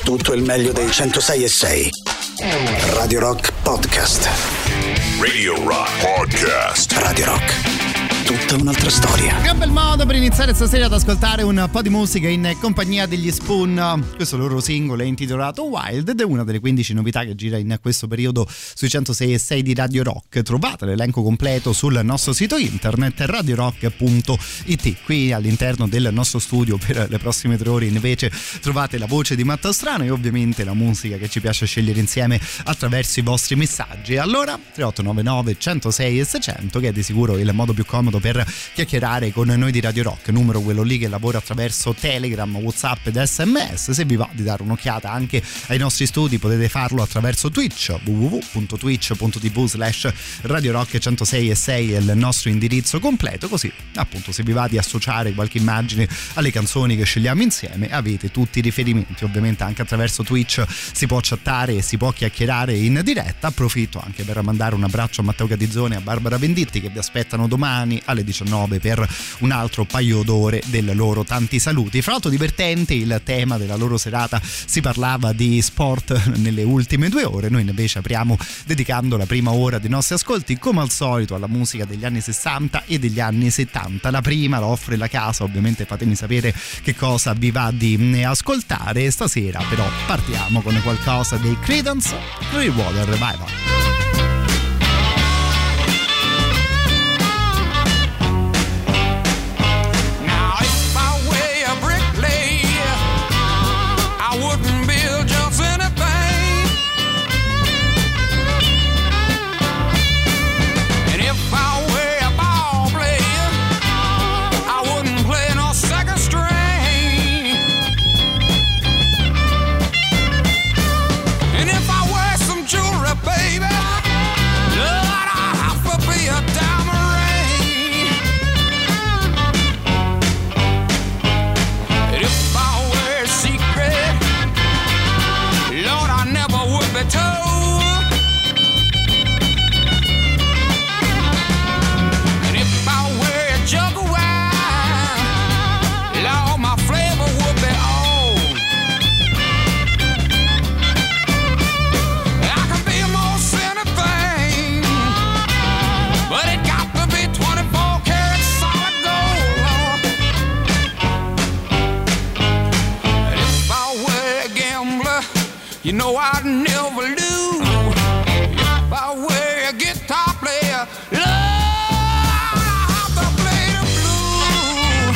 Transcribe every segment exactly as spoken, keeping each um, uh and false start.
tutto il meglio dei centosei e sei. Radio Rock Podcast. Radio Rock Podcast. Radio Rock. Tutta un'altra storia. Che bel modo per iniziare stasera ad ascoltare un po' di musica in compagnia degli Spoon. Questo loro singolo è intitolato Wild ed è una delle quindici novità che gira in questo periodo sui centosei e sei di Radio Rock. Trovate l'elenco completo sul nostro sito internet radio rock punto it. Qui all'interno del nostro studio per le prossime tre ore invece trovate la voce di Matteo Strano e ovviamente la musica che ci piace scegliere insieme attraverso i vostri messaggi. Allora tre otto nove nove centosei e seicento, che è di sicuro il modo più comodo per chiacchierare con noi di Radio Rock, numero quello lì che lavora attraverso Telegram, WhatsApp ed S M S. Se vi va di dare un'occhiata anche ai nostri studi potete farlo attraverso Twitch, w w w punto twitch punto t v slash Radio Rock centosei e sei è il nostro indirizzo completo, così appunto se vi va di associare qualche immagine alle canzoni che scegliamo insieme avete tutti i riferimenti. Ovviamente anche attraverso Twitch si può chattare e si può chiacchierare in diretta. Approfitto anche per mandare un abbraccio a Matteo Catizzone e a Barbara Venditti che vi aspettano domani alle diciannove per un altro paio d'ore del loro tanti saluti. Fra l'altro divertente il tema della loro serata, si parlava di sport nelle ultime due ore, noi invece apriamo dedicando la prima ora dei nostri ascolti come al solito alla musica degli anni sessanta e degli anni settanta. La prima la offre la casa, ovviamente fatemi sapere che cosa vi va di ascoltare. Stasera però partiamo con qualcosa dei Creedence Clearwater Revival. You know I'd never lose if I were a guitar player. Love to play the blues.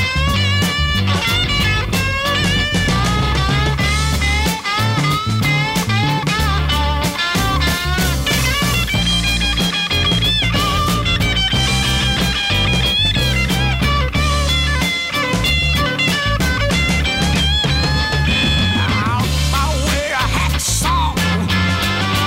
If I wear a hacksaw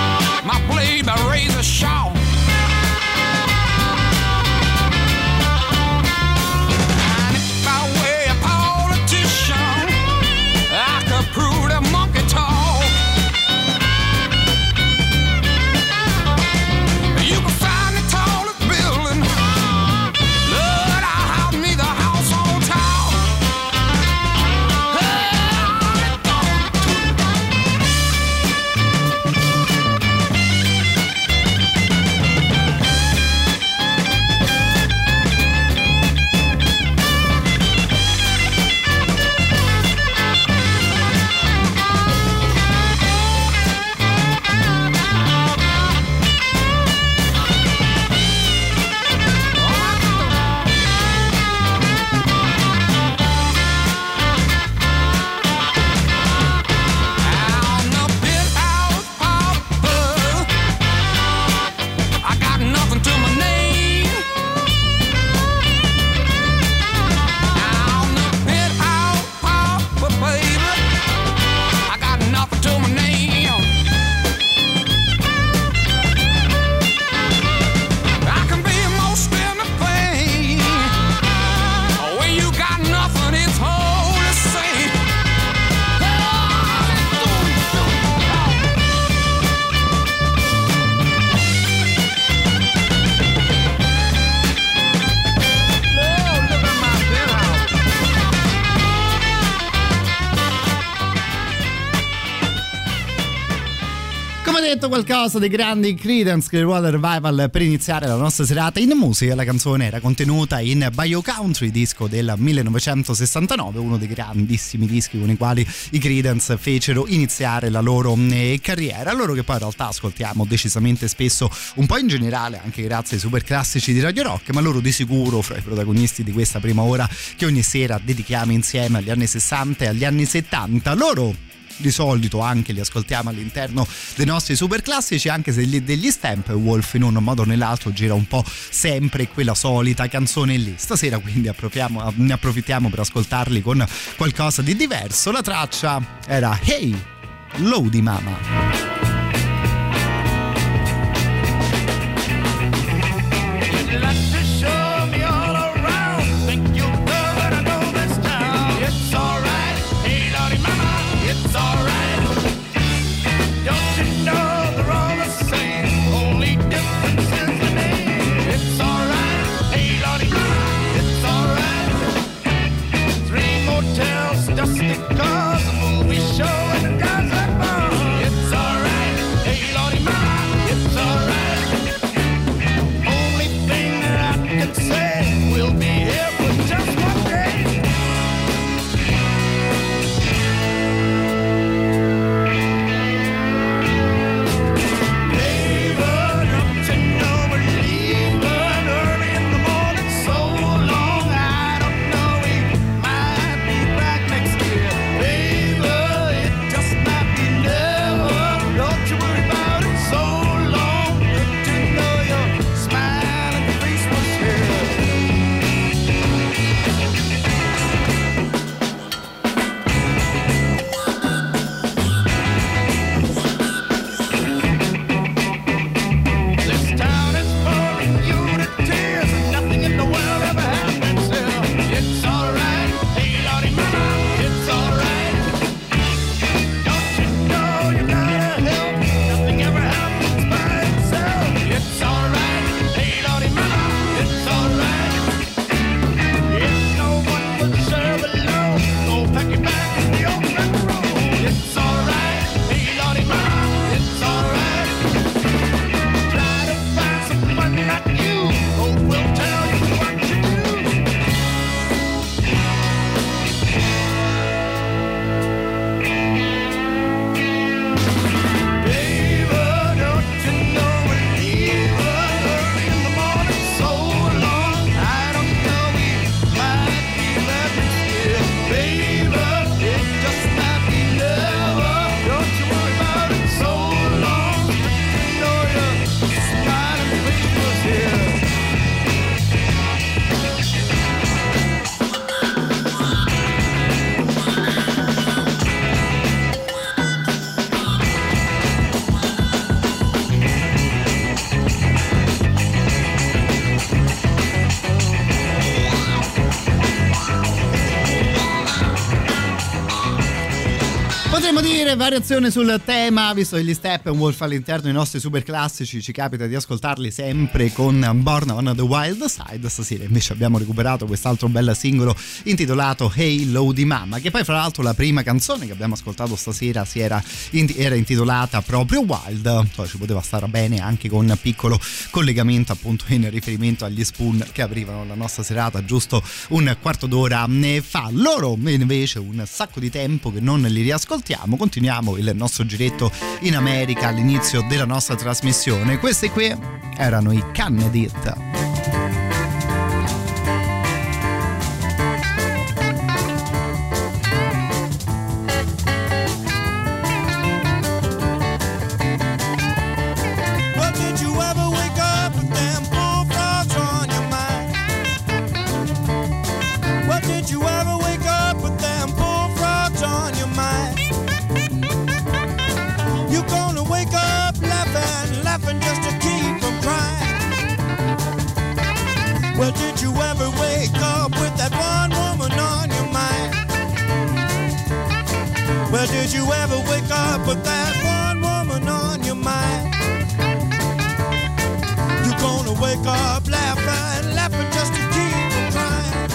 Come detto, qualcosa dei grandi Creedence Clearwater Revival per iniziare la nostra serata in musica. La canzone era contenuta in Bio Country, disco del millenovecentosessantanove, uno dei grandissimi dischi con i quali i Creedence fecero iniziare la loro eh, carriera. Loro che poi in realtà ascoltiamo decisamente spesso, un po' in generale, anche grazie ai super classici di Radio Rock, ma loro di sicuro fra i protagonisti di questa prima ora che ogni sera dedichiamo insieme agli anni sessanta e agli anni settanta. Loro di solito anche li ascoltiamo all'interno dei nostri super classici, anche se gli, degli Steppenwolf in un modo o nell'altro gira un po' sempre quella solita canzone lì. Stasera quindi ne approfittiamo per ascoltarli con qualcosa di diverso. La traccia era Hey Lodi Mama. Variazione sul tema, visto che gli Steppenwolf all'interno dei nostri super classici ci capita di ascoltarli sempre con Born on the Wild Side. Stasera invece abbiamo recuperato quest'altro bel singolo intitolato Hey Lodi Mama, che poi fra l'altro la prima canzone che abbiamo ascoltato stasera si era, era intitolata proprio Wild, cioè ci poteva stare bene anche con un piccolo collegamento appunto in riferimento agli Spoon che aprivano la nostra serata giusto un quarto d'ora fa. Loro invece un sacco di tempo che non li riascoltiamo. Continuiamo il nostro giretto in America all'inizio della nostra trasmissione. Questi qui erano i Cannedit. Well, did you ever wake up with that one woman on your mind? Well, did you ever wake up with that one woman on your mind? You're gonna wake up laughing, laughing just to keep from crying.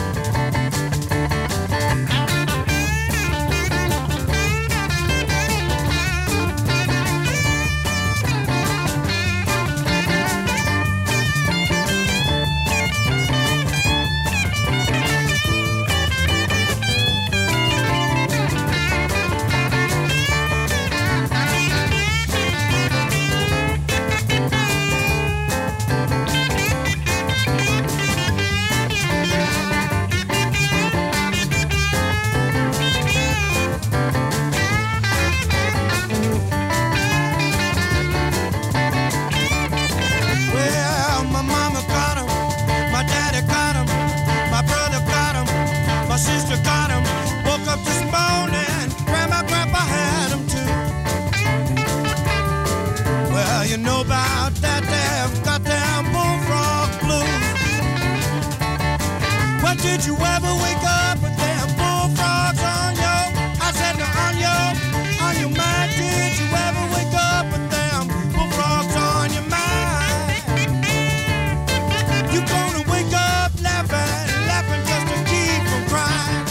know about that damn goddamn bullfrog blues? Well, did you ever wake up with them bullfrogs on your, I said on your, on your mind? Did you ever wake up with them bullfrogs on your mind? You gonna wake up laughing, laughing just to keep from crying.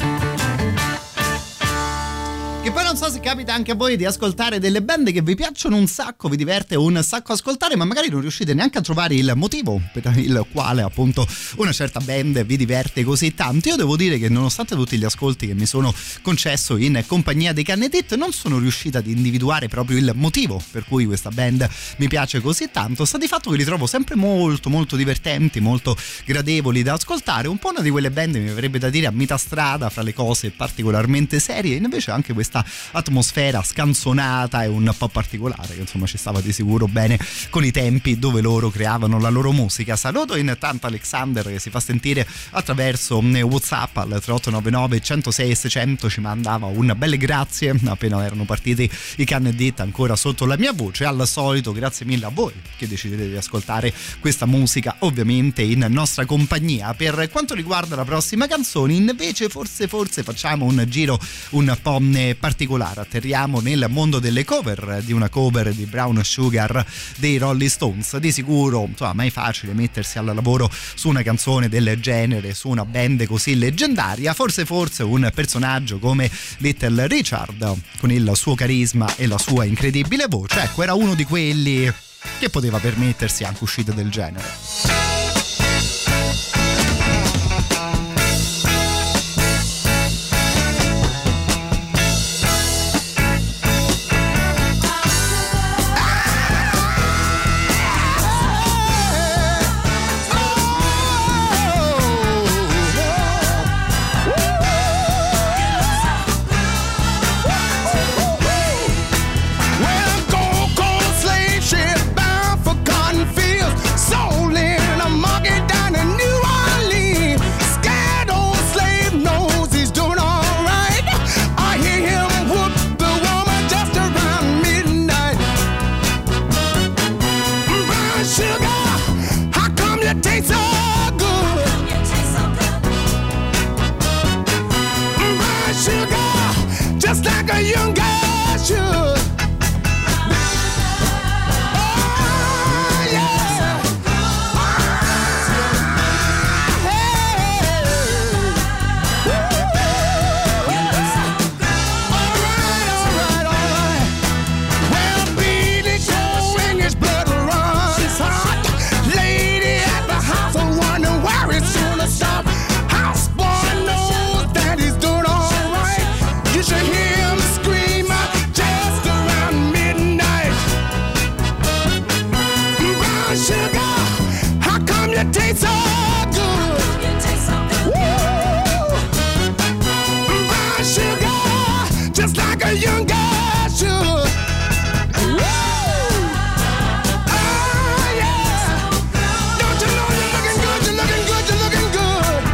Che poi non so se capita anche a voi di ascoltare delle band che vi piacciono un sacco, vi diverte un sacco ascoltare, ma magari non riuscite neanche a trovare il motivo per il quale appunto una certa band vi diverte così tanto. Io devo dire che nonostante tutti gli ascolti che mi sono concesso in compagnia dei Cannedit, non sono riuscita ad individuare proprio il motivo per cui questa band mi piace così tanto. Sta di fatto che li trovo sempre molto molto divertenti, molto gradevoli da ascoltare, un po' una di quelle band mi avrebbe da dire a metà strada fra le cose particolarmente serie, e invece anche questa atmosfera scanzonata e un po' particolare che insomma ci stava di sicuro bene con i tempi dove loro creavano la loro musica. Saluto intanto Alexander che si fa sentire attraverso WhatsApp al tre otto nove nove uno zero sei seicento, ci mandava un belle grazie appena erano partiti i Cannedit ancora sotto la mia voce. Al solito grazie mille a voi che decidete di ascoltare questa musica ovviamente in nostra compagnia. Per quanto riguarda la prossima canzone invece forse forse facciamo un giro un po' particolare, atterriamo nel mondo delle cover, di una cover di Brown Sugar dei Rolling Stones. Di sicuro insomma mai facile mettersi al lavoro su una canzone del genere, su una band così leggendaria. Forse forse un personaggio come Little Richard con il suo carisma e la sua incredibile voce, ecco, era uno di quelli che poteva permettersi anche uscite del genere. Just like a young girl should. Oh, yeah. Hey. All right, all right, all right. Well, Billy Joe English blood runs hot. Lady at the house, I wonder where it's gonna stop. Houseboy knows that he's doing all right. You should hear him scream just around midnight. Brown sugar, how come you taste so good? Woo! Brown sugar, just like a young girl should. Woo! Oh, yeah. Don't you know you're looking good, you're looking good, you're looking good.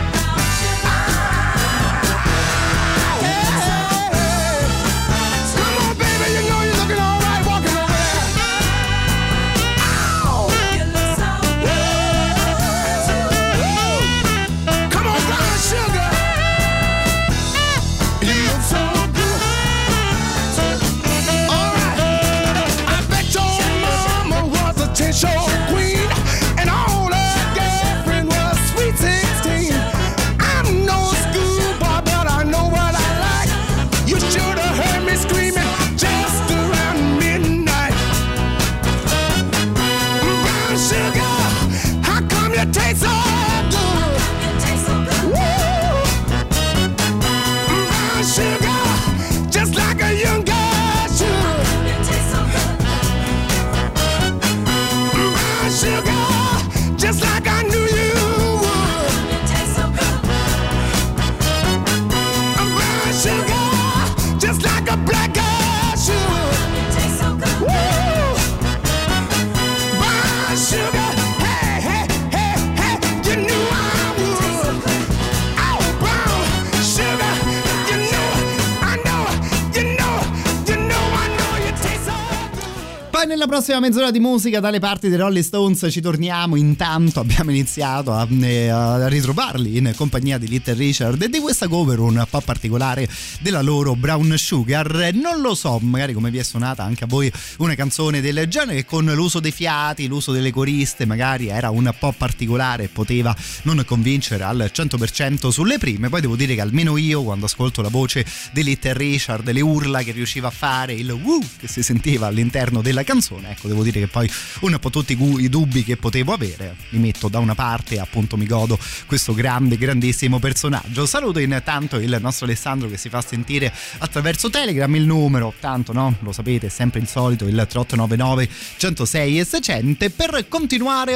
Poi nella prossima mezz'ora di musica dalle parti dei Rolling Stones ci torniamo. Intanto abbiamo iniziato a, eh, a ritrovarli in compagnia di Little Richard e di questa cover un po' particolare della loro Brown Sugar. Non lo so, magari come vi è suonata anche a voi una canzone del genere, con l'uso dei fiati, l'uso delle coriste magari era un po' particolare e poteva non convincere al cento per cento sulle prime. Poi devo dire che almeno io, quando ascolto la voce di Little Richard, le urla che riusciva a fare, il woo che si sentiva all'interno della canzone, ecco, devo dire che poi un po' tutti i dubbi che potevo avere li metto da una parte e appunto mi godo questo grande, grandissimo personaggio. Saluto intanto il nostro Alessandro che si fa sentire attraverso Telegram. Il numero, tanto no, lo sapete, è sempre il solito, il tre otto nove nove, centosei e seicento. Per continuare,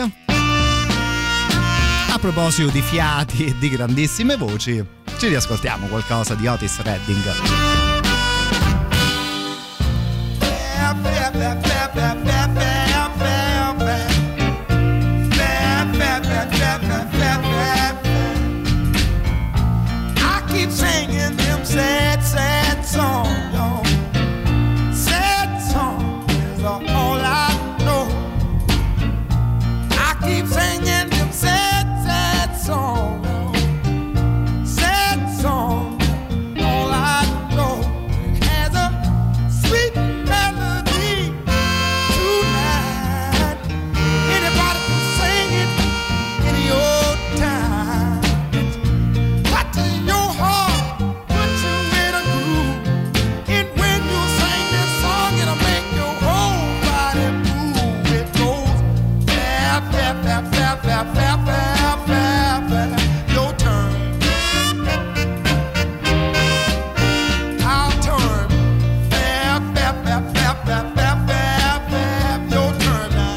a proposito di fiati e di grandissime voci, ci riascoltiamo qualcosa di Otis Redding. I keep singing them sad, sad songs, y'all. Sad songs is all I know. I keep singing them sad, sad songs, y'all. Sad songs, all I know. It has a sweet melody tonight. Anybody can sing it any old time. What to your heart, put you in a groove. And when you sing this song, it'll make your whole body move. It goes fap, fap, fap, fap, fap, fap, fap, fap, fap. Your turn. I'll turn. Fap, fap, fap, fap, fap, fap, fap, fap. Your turn now.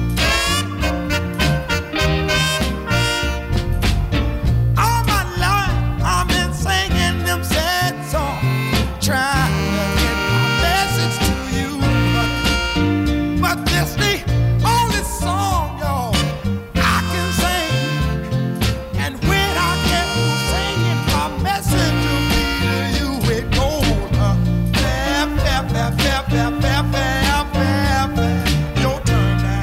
All my life I've been singing them sad songs, trying to get my message to you, but, but this the only song, y'all, I can sing. And when I get to singing, my message will be to you. It goes uh, fap, fap, fap, fap, fap, fap, fap, fap, fap. Your turn now.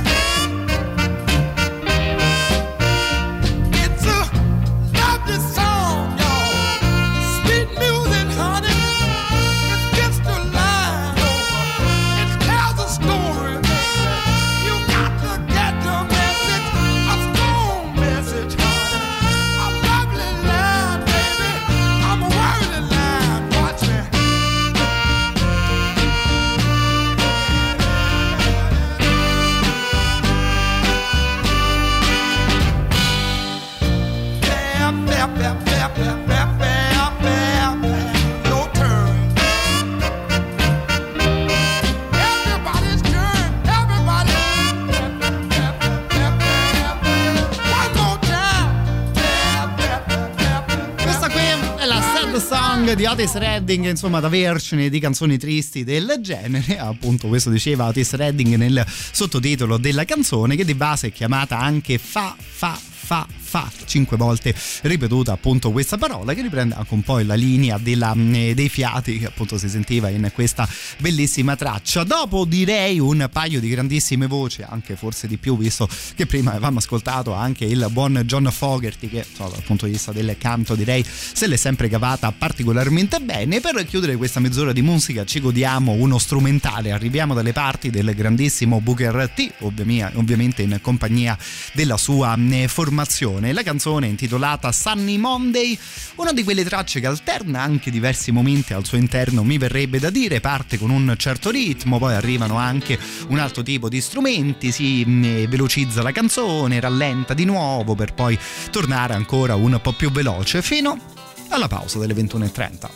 It's a lovely song, y'all. Sweet music, honey. It's just a line over. It tells a story, baby. You got to get the message, a strong message, honey. A lovely line, baby. I'm a worthy line. Watch me. Fap, fap, fap, fap, fap, fap, fap, fap, fap. Your turn. Everybody's turn. Everybody. Fap, fap, fap, fap, fap, fap. One more time. Fap, fap, fap, fap, fap. Questa qui è la sad song di Otis Redding, insomma, da avercene di canzoni tristi del genere. Appunto, questo diceva Otis Redding nel sottotitolo della canzone, che di base è chiamata anche Fa Fa Fa Fa, cinque volte ripetuta appunto questa parola, che riprende anche un po' la linea della, dei fiati che appunto si sentiva in questa bellissima traccia. Dopo direi un paio di grandissime voci, anche forse di più, visto che prima avevamo ascoltato anche il buon John Fogerty, che insomma, dal punto di vista del canto direi se l'è sempre cavata particolarmente bene. Per chiudere questa mezz'ora di musica ci godiamo uno strumentale, arriviamo dalle parti del grandissimo Booker T, ovviamente in compagnia della sua formazione. La canzone è intitolata Sunny Monday, una di quelle tracce che alterna anche diversi momenti al suo interno, mi verrebbe da dire. Parte con un certo ritmo, poi arrivano anche un altro tipo di strumenti, si velocizza la canzone, rallenta di nuovo per poi tornare ancora un po' più veloce fino alla pausa delle ventuno e trenta.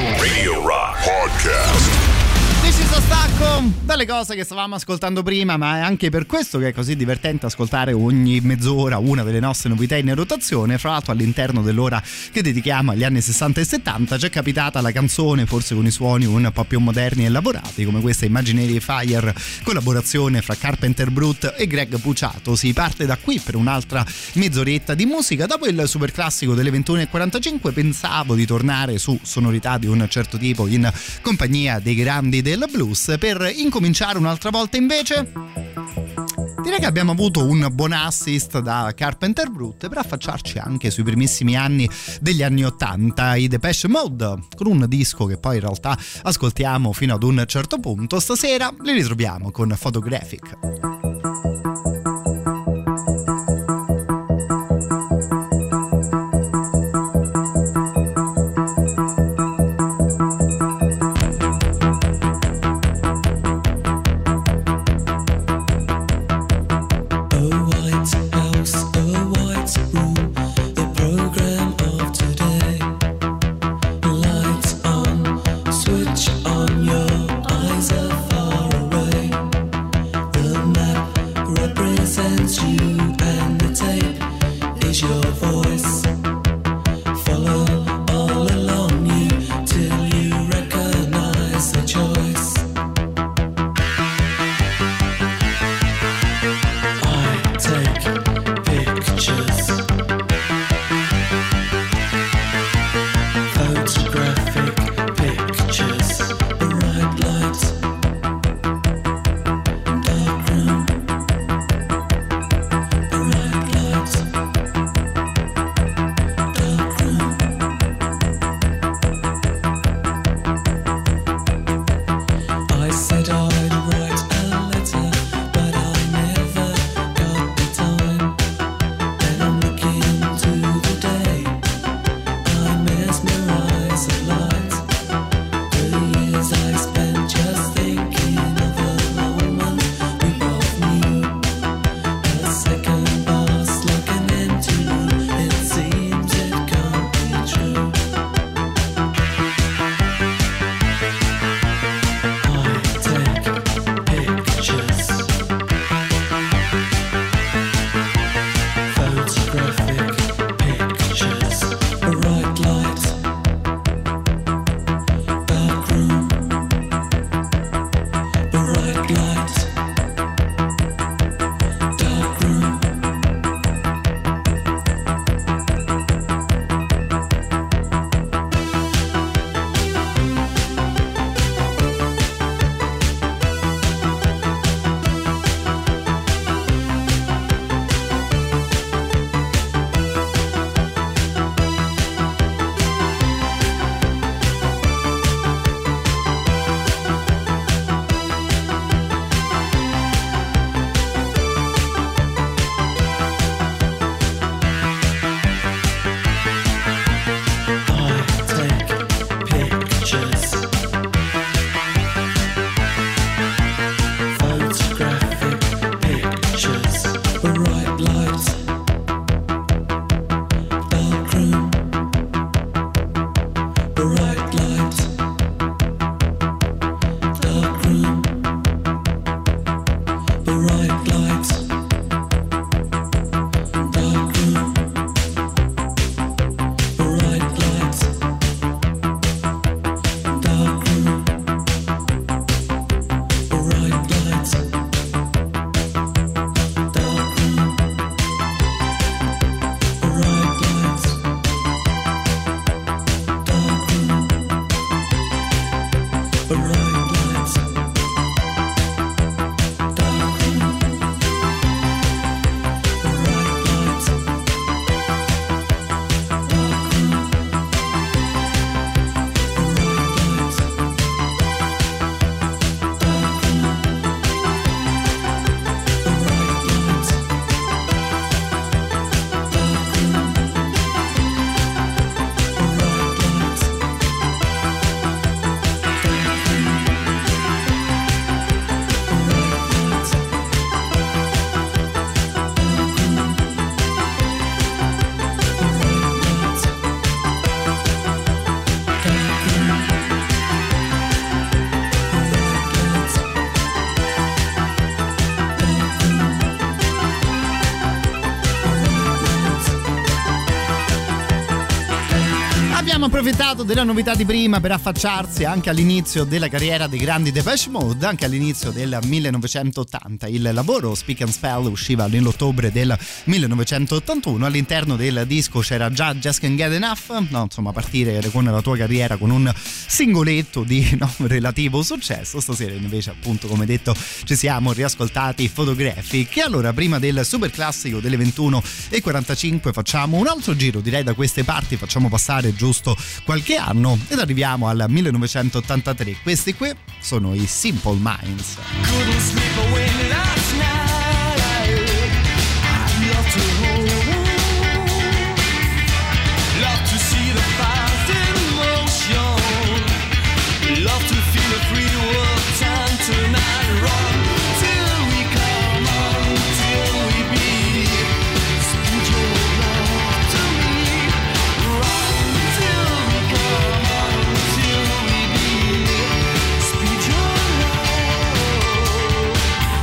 Radio Rock Podcast. Deciso stacco dalle cose che stavamo ascoltando prima, ma è anche per questo che è così divertente ascoltare ogni mezz'ora una delle nostre novità in rotazione. Fra l'altro, all'interno dell'ora che dedichiamo agli anni sessanta e settanta ci è capitata la canzone forse con i suoni un po' più moderni e elaborati, come questa Imaginary Fire, collaborazione fra Carpenter Brut e Greg Puciato. Si parte da qui per un'altra mezz'oretta di musica. Dopo il super classico delle ventuno e quarantacinque pensavo di tornare su sonorità di un certo tipo in compagnia dei grandi del blues. Per incominciare un'altra volta invece direi che abbiamo avuto un buon assist da Carpenter Brut per affacciarci anche sui primissimi anni degli anni ottanta, i Depeche Mode, con un disco che poi in realtà ascoltiamo fino ad un certo punto. Stasera li ritroviamo con Photographic. Abbiamo approfittato della novità di prima per affacciarsi anche all'inizio della carriera dei grandi Depeche Mode, anche all'inizio del millenovecentottanta. Il lavoro Speak and Spell usciva nell'ottobre del millenovecentottantuno. All'interno del disco c'era già Just Can't Get Enough, no, insomma partire con la tua carriera con un singoletto di no, relativo successo. Stasera invece, appunto, come detto, ci siamo riascoltati Photographic. E allora, prima del super classico delle ventuno e quarantacinque, facciamo un altro giro, direi da queste parti, facciamo passare giusto qualche anno ed arriviamo al millenovecentottantatré. Questi qui sono i Simple Minds. Couldn't sleep away last night. I'd love to hold, love to see the fires in motion, love to feel the free world time tonight. Run till we come on, till we be. Speak your love to me. Run till we come on, till we be. Speak your love.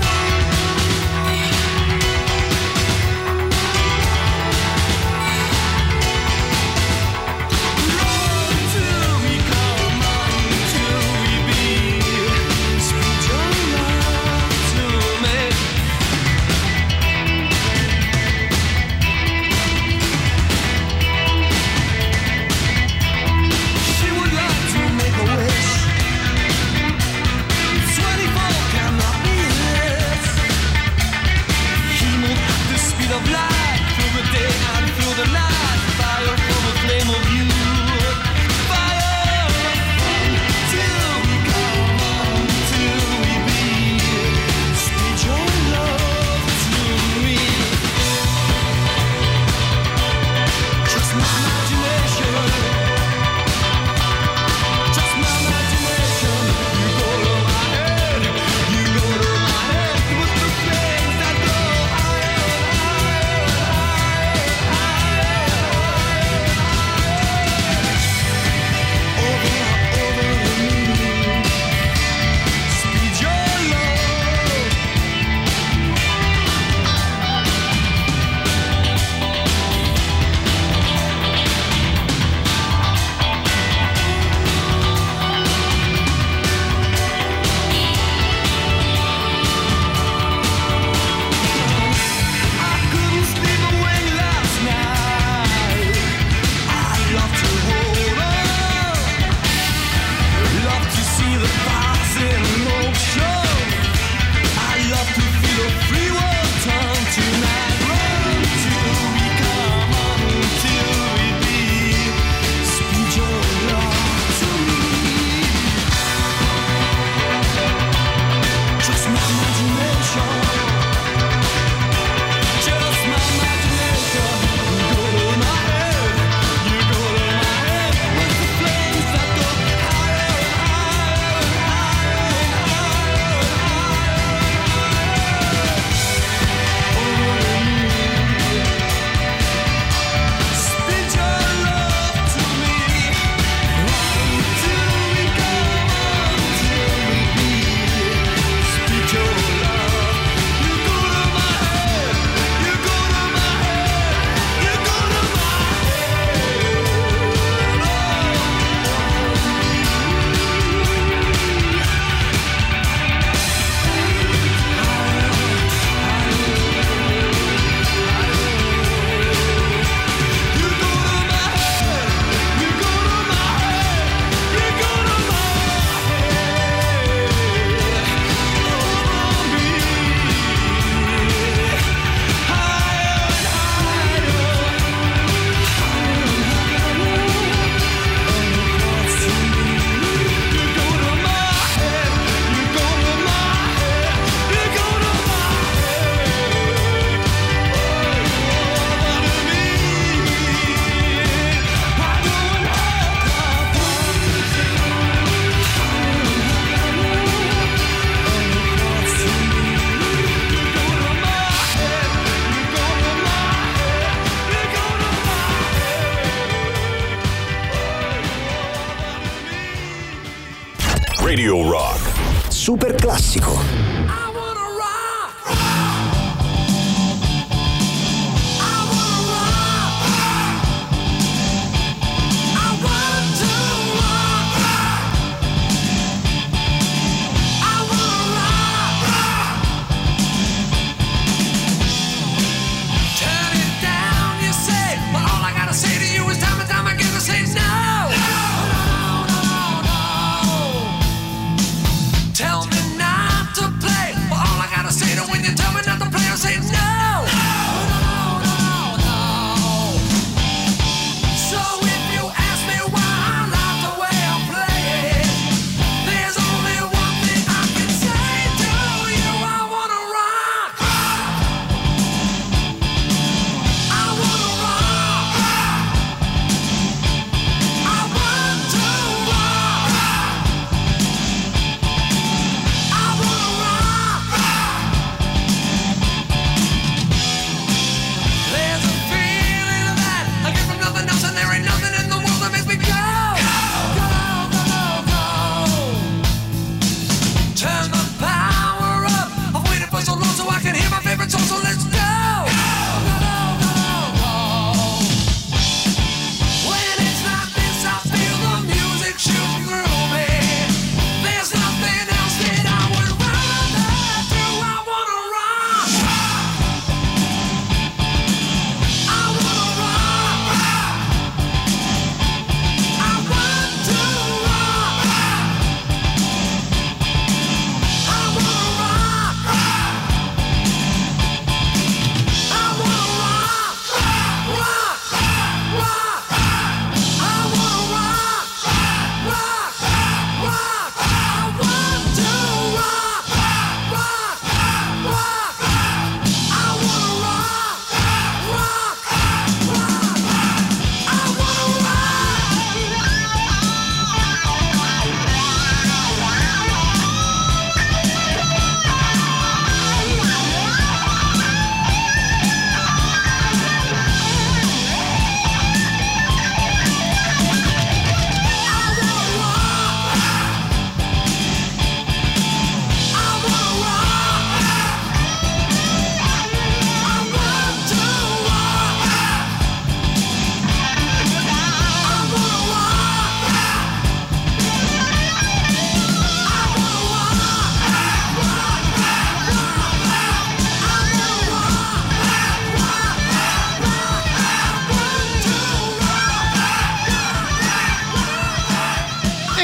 Radio Rock. Super classico. I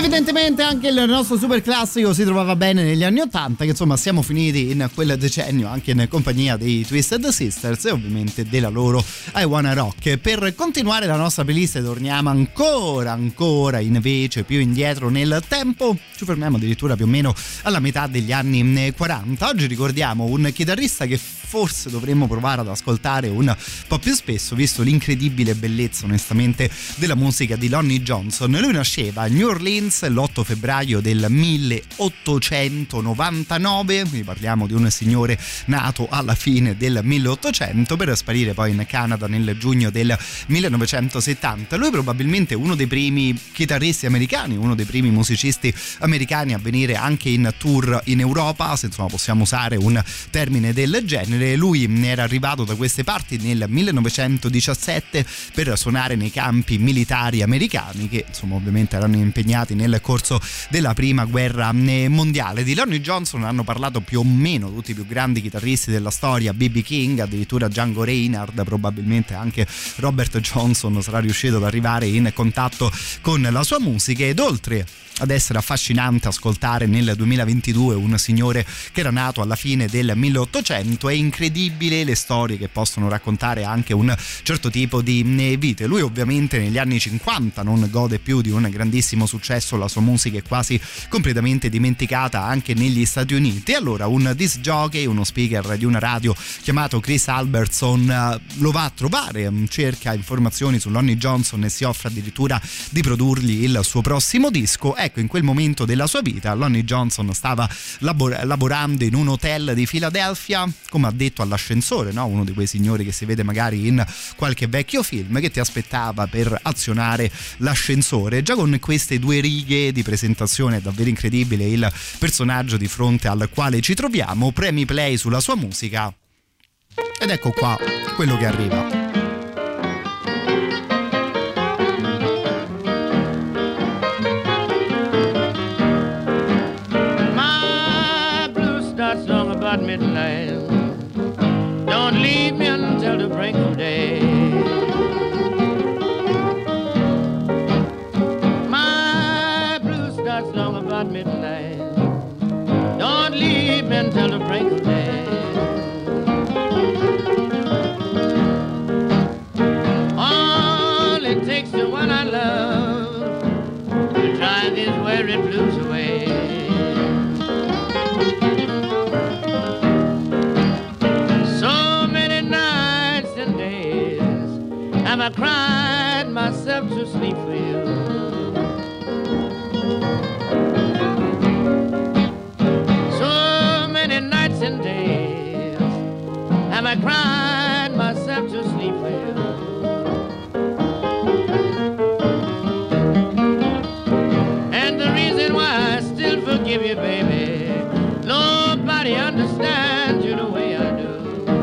Evidentemente anche il nostro super classico si trovava bene negli anni ottanta, che insomma siamo finiti in quel decennio anche in compagnia dei Twisted Sisters e ovviamente della loro I Wanna Rock. Per continuare la nostra playlist torniamo ancora ancora invece più indietro nel tempo, ci fermiamo addirittura più o meno alla metà degli anni quaranta. Oggi ricordiamo un chitarrista che forse dovremmo provare ad ascoltare un po' più spesso, visto l'incredibile bellezza onestamente della musica di Lonnie Johnson. Lui nasceva a New Orleans l'otto febbraio del milleottocentonovantanove, quindi parliamo di un signore nato alla fine del milleottocento per sparire poi in Canada nel giugno del millenovecentosettanta. Lui probabilmente uno dei primi chitarristi americani, uno dei primi musicisti americani a venire anche in tour in Europa, se insomma possiamo usare un termine del genere. Lui era arrivato da queste parti nel millenovecentodiciassette per suonare nei campi militari americani che insomma ovviamente erano impegnati nel corso della prima guerra mondiale. Di Lonnie Johnson hanno parlato più o meno tutti i più grandi chitarristi della storia, B B King, addirittura Django Reinhardt, probabilmente anche Robert Johnson sarà riuscito ad arrivare in contatto con la sua musica. Ed oltre ad essere affascinante ascoltare nel duemilaventidue un signore che era nato alla fine del milleottocento, è incredibile le storie che possono raccontare anche un certo tipo di vite. Lui ovviamente negli anni cinquanta non gode più di un grandissimo successo, la sua musica è quasi completamente dimenticata anche negli Stati Uniti. E allora un disc jockey, uno speaker di una radio chiamato Chris Albertson lo va a trovare, cerca informazioni su Lonnie Johnson e si offre addirittura di produrgli il suo prossimo disco. Ecco, in quel momento della sua vita Lonnie Johnson stava labor- lavorando in un hotel di Filadelfia, come ha detto all'ascensore, no? Uno di quei signori che si vede magari in qualche vecchio film, che ti aspettava per azionare l'ascensore. Già con queste due righe di presentazione è davvero incredibile il personaggio di fronte al quale ci troviamo. Premi play sulla sua musica ed ecco qua quello che arriva. Midnight, don't leave me until the break of day. My blues starts long about midnight, don't leave me until the break of day. All it takes to one I love to drive these weary blues away. I cried myself to sleep for you. So many nights and days have I cried myself to sleep for you. And the reason why I still forgive you, baby, nobody understands you the way I do.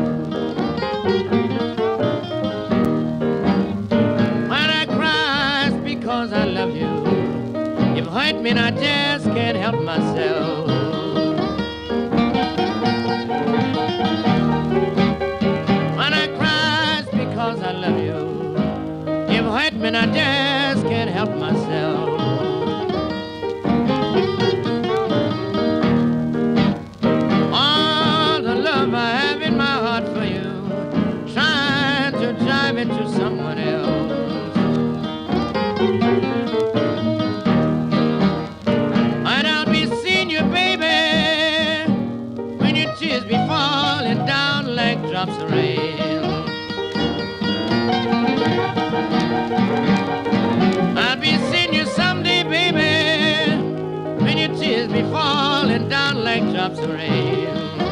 I love you. You've hurt me and I just can't help myself. When I cry it's because I love you. You've hurt me and I just can't help myself. All the love I have in my heart for you, trying to drive it to someone else. Be falling down like drops of rain. I'll be seeing you someday, baby, when your tears be falling down like drops of rain.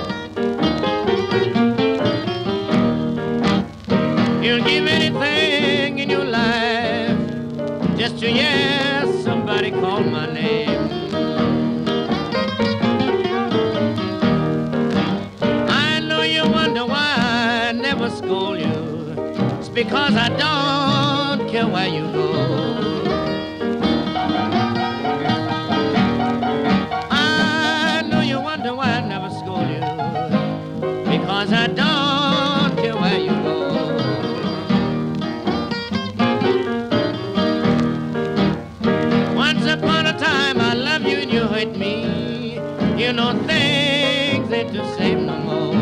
You'll give anything in your life just to hear somebody call my name. Scold you, it's because I don't care where you go. I know you wonder why I never scold you, because I don't care where you go. Once upon a time you know things ain't the same no more.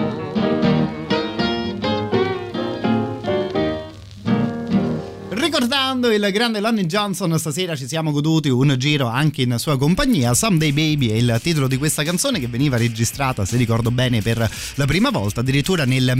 Ricordando il grande Lonnie Johnson, stasera ci siamo goduti un giro anche in sua compagnia. Someday Baby è il titolo di questa canzone, che veniva registrata, se ricordo bene, per la prima volta addirittura nel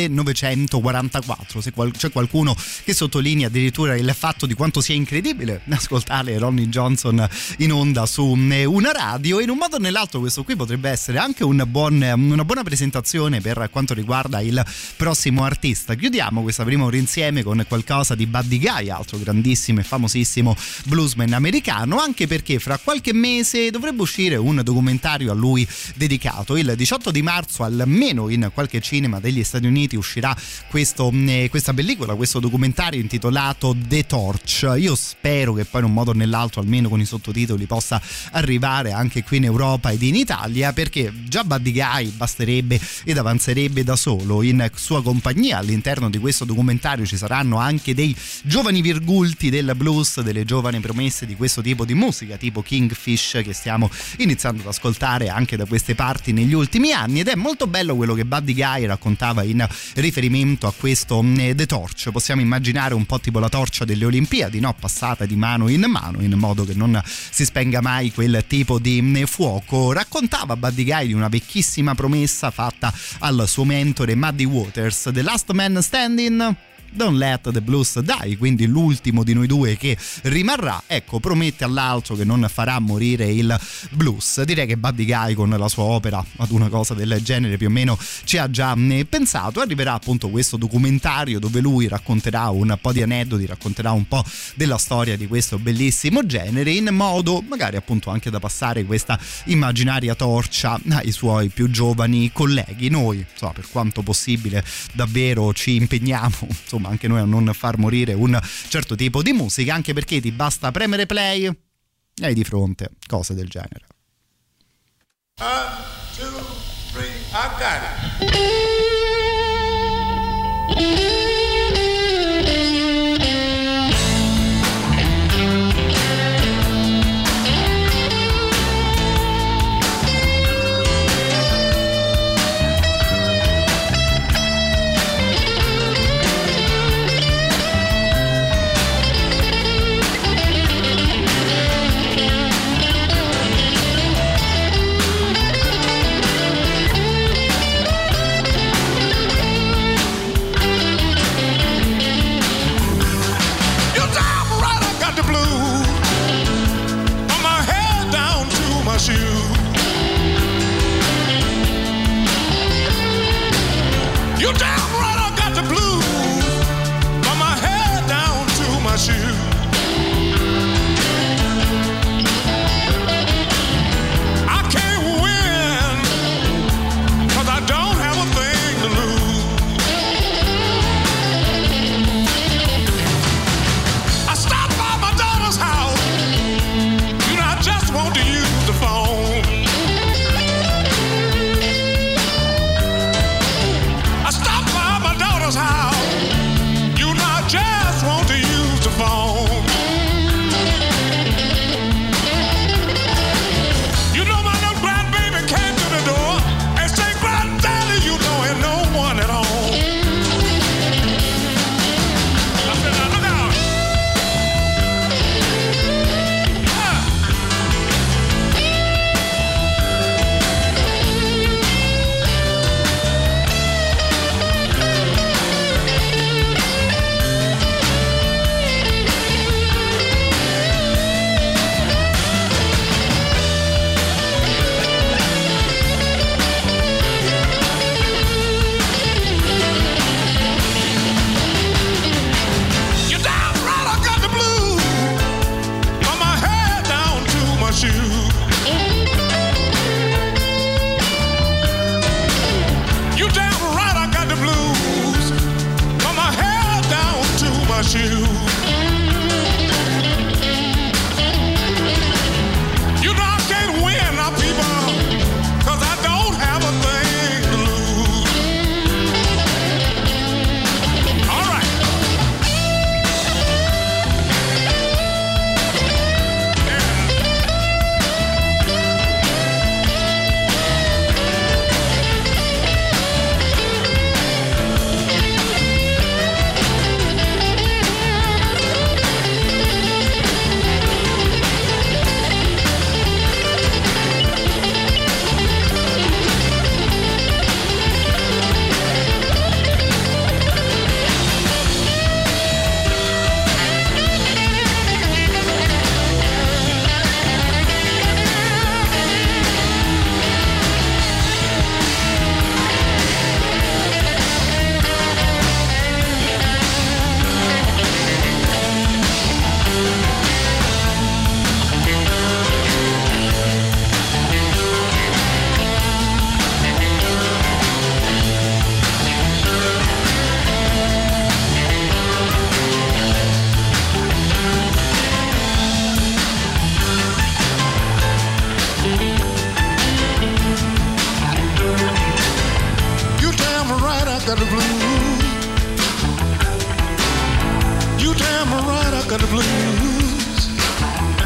millenovecentoquarantaquattro. Se qual- c'è qualcuno che sottolinea addirittura il fatto di quanto sia incredibile ascoltare Lonnie Johnson in onda su una radio, e in un modo o nell'altro questo qui potrebbe essere anche un buon, una buona presentazione per quanto riguarda il prossimo artista. Chiudiamo questa prima ora insieme con qualcosa di Buddy Guy, altro grandissimo e famosissimo bluesman americano, anche perché fra qualche mese dovrebbe uscire un documentario a lui dedicato. Il diciotto di marzo, almeno in qualche cinema degli Stati Uniti, uscirà questo, eh, questa pellicola, questo documentario intitolato The Torch. Io spero che poi in un modo o nell'altro, almeno con i sottotitoli, possa arrivare anche qui in Europa ed in Italia, perché già Buddy Guy basterebbe ed avanzerebbe da solo. In sua compagnia all'interno di questo documentario ci saranno anche dei giovani virgulti del blues, delle giovani promesse di questo tipo di musica, tipo Kingfish, che stiamo iniziando ad ascoltare anche da queste parti negli ultimi anni. Ed è molto bello quello che Buddy Guy raccontava in riferimento a questo The Torch. Possiamo immaginare un po' tipo la torcia delle Olimpiadi, no? Passata di mano in mano in modo che non si spenga mai quel tipo di fuoco. Raccontava Buddy Guy di una vecchissima promessa fatta al suo mentore Muddy Waters: The Last Man Standing, Don't Let the Blues Die, quindi l'ultimo di noi due che rimarrà, ecco, promette all'altro che non farà morire il blues. Direi che Buddy Guy con la sua opera ad una cosa del genere più o meno ci ha già pensato. Arriverà appunto questo documentario dove lui racconterà un po' di aneddoti, racconterà un po' della storia di questo bellissimo genere, in modo magari appunto anche da passare questa immaginaria torcia ai suoi più giovani colleghi. Noi, insomma, per quanto possibile davvero ci impegniamo, insomma, anche noi a non far morire un certo tipo di musica, anche perché ti basta premere play e hai di fronte cose del genere. One, two, three, I got it.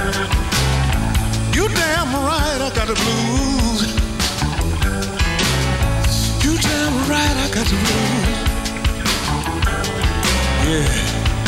You damn right I got the blues. You damn right I got the blues. Yeah.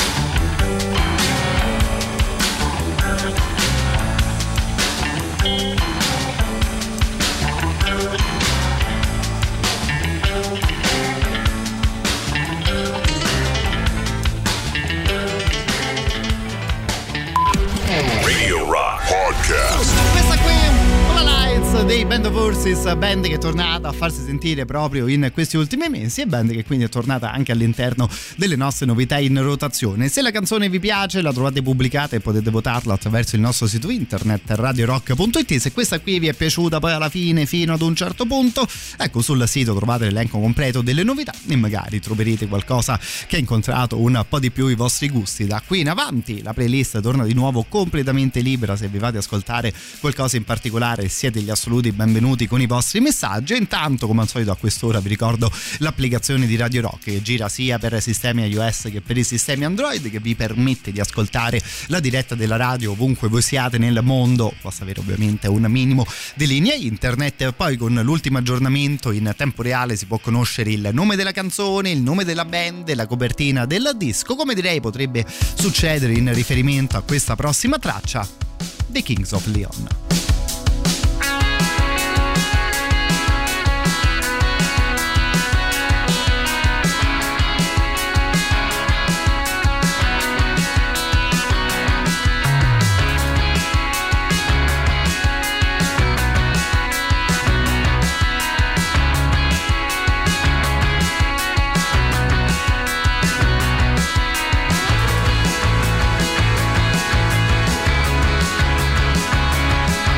Radio Rock Podcast. Questa qui con la Lights dei Band of Horses, band che è tornata a farsi sentire proprio in questi ultimi mesi e band che quindi è tornata anche all'interno delle nostre novità in rotazione. Se la canzone vi piace la trovate pubblicata e potete votarla attraverso il nostro sito internet radio rock punto it. Se questa qui vi è piaciuta poi alla fine fino ad un certo punto, ecco, sul sito trovate l'elenco completo delle novità e magari troverete qualcosa che ha incontrato un po' di più i vostri gusti. Da qui in avanti la playlist torna di nuovo completamente libera. Se vi fate ascoltare qualcosa in particolare siete gli assoluti benvenuti con i vostri messaggi. E intanto, come al solito, a quest'ora vi ricordo l'applicazione di Radio Rock che gira sia per sistemi iOS che per i sistemi Android, che vi permette di ascoltare la diretta della radio ovunque voi siate nel mondo, possa avere ovviamente un minimo di linea internet. Poi con l'ultimo aggiornamento in tempo reale si può conoscere il nome della canzone, il nome della band e la copertina del disco, come direi potrebbe succedere in riferimento a questa prossima traccia, The Kings of Leon. You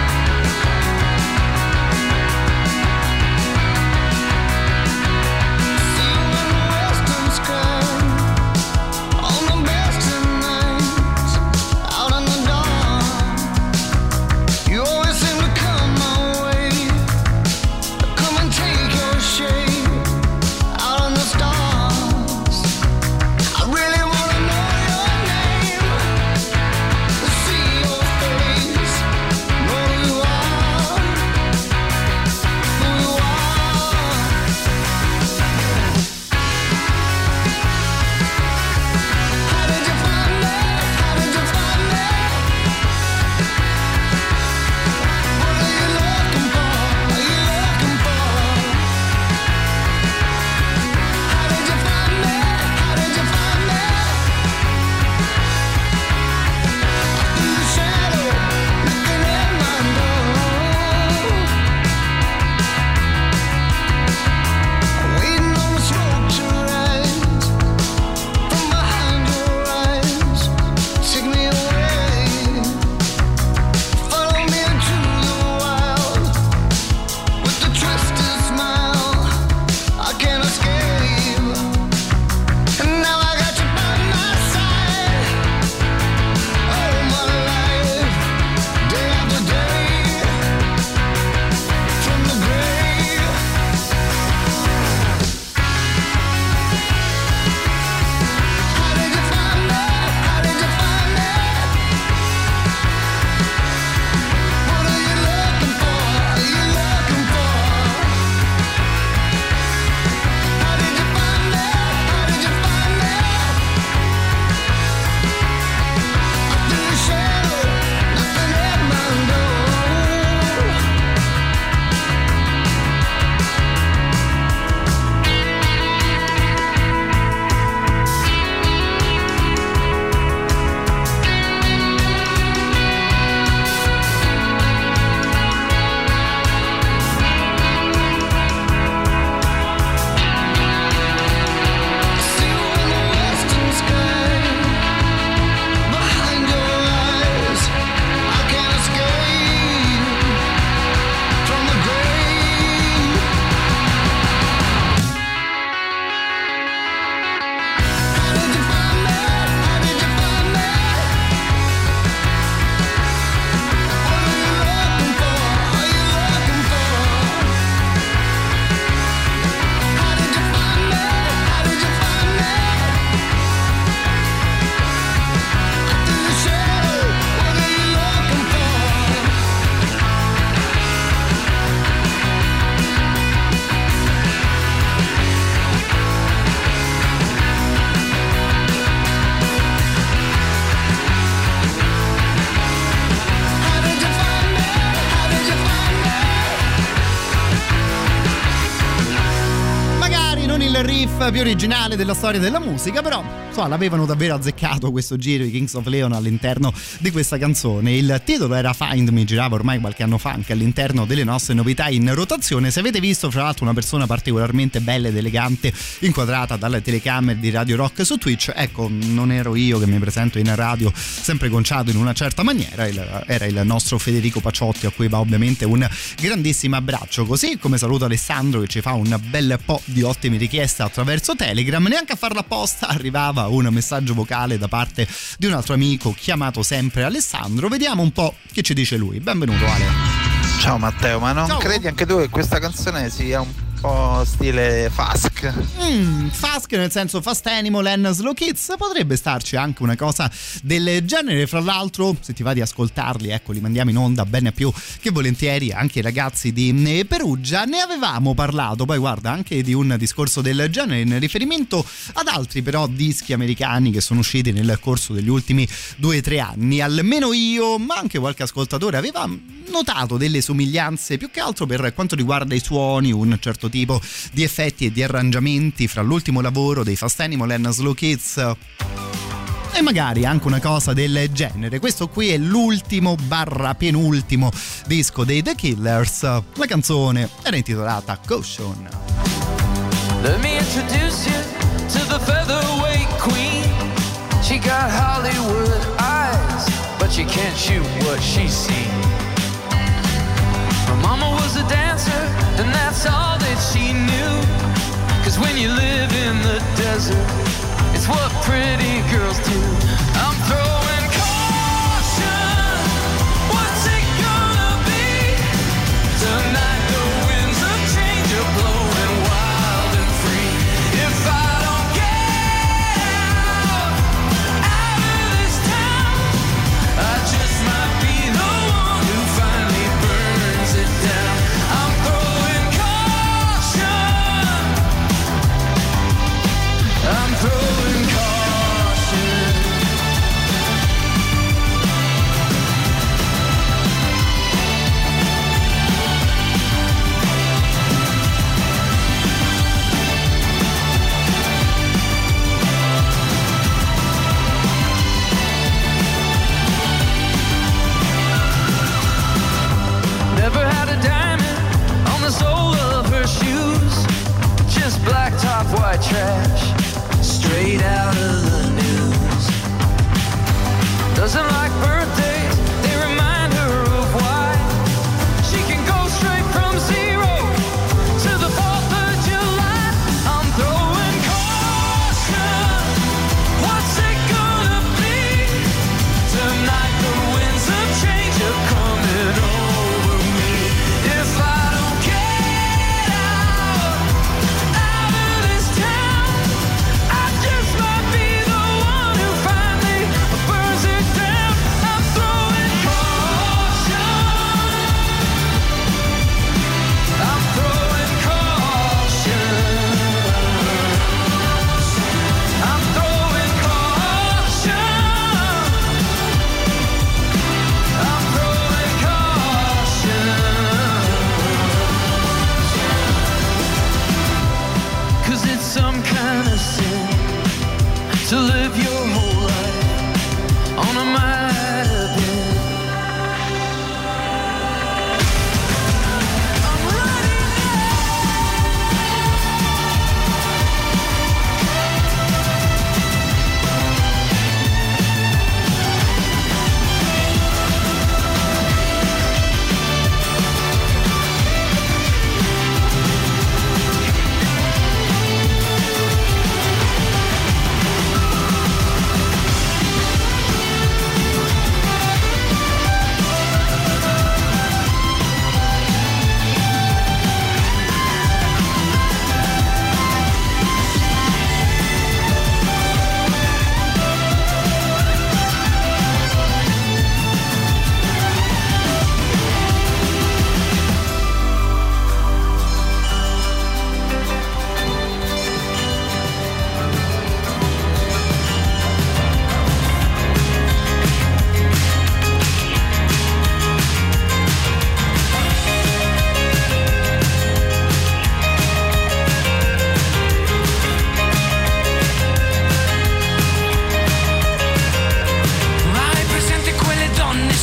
riff più originale della storia della musica, però so, l'avevano davvero azzeccato questo giro i Kings of Leon all'interno di questa canzone. Il titolo era Find Me, girava ormai qualche anno fa anche all'interno delle nostre novità in rotazione. Se avete visto, fra l'altro, una persona particolarmente bella ed elegante inquadrata dalle telecamere di Radio Rock su Twitch, ecco, non ero io che mi presento in radio sempre conciato in una certa maniera, era il nostro Federico Paciotti, a cui va ovviamente un grandissimo abbraccio, così come saluto Alessandro che ci fa un bel po' di ottime richieste attraverso Telegram. Neanche a farla apposta arrivava un messaggio vocale da parte di un altro amico chiamato sempre Alessandro. Vediamo un po' che ci dice lui. Benvenuto Ale. Ciao Matteo, ma non Ciao. credi anche tu che questa canzone sia un po' stile Fask? Mm, Fask nel senso Fast Animal and Slow Kids, potrebbe starci anche una cosa del genere. Fra l'altro, se ti va di ascoltarli, ecco, li mandiamo in onda bene più che volentieri anche i ragazzi di Perugia. Ne avevamo parlato, poi guarda, anche di un discorso del genere in riferimento ad altri però dischi americani che sono usciti nel corso degli ultimi due o tre anni. Almeno io, ma anche qualche ascoltatore, aveva notato delle somiglianze, più che altro per quanto riguarda i suoni, un certo tipo di effetti e di arrangiamenti fra l'ultimo lavoro dei Fast Animal and Slow Kids e magari anche una cosa del genere. Questo qui è l'ultimo barra penultimo disco dei The Killers. La canzone era intitolata Caution. Let me introduce you to the featherweight queen. She got Hollywood eyes, but you can't shoot what she's seen. Her mama was a dancer, and that's all that she knew. Cause when you live in the desert, it's what pretty girls do. I'm throwing caution. What's it gonna be? Tonight the winds of change are blowing wild and free. If I don't get out, out of this town, I just might be the one who finally burns it down. I'm throwing caution. I'm throwing caution. Never had a diamond on the sole of her shoes. Just black top, white trash, straight out of the news. Doesn't like birthdays, they remind her of why. She can go straight from zero to the fourth of July. I'm throwing caution. What's it gonna be? Tonight the winds of change are coming over me. If I don't get out, out of this town, I just might be the one who finally burns it down. I'm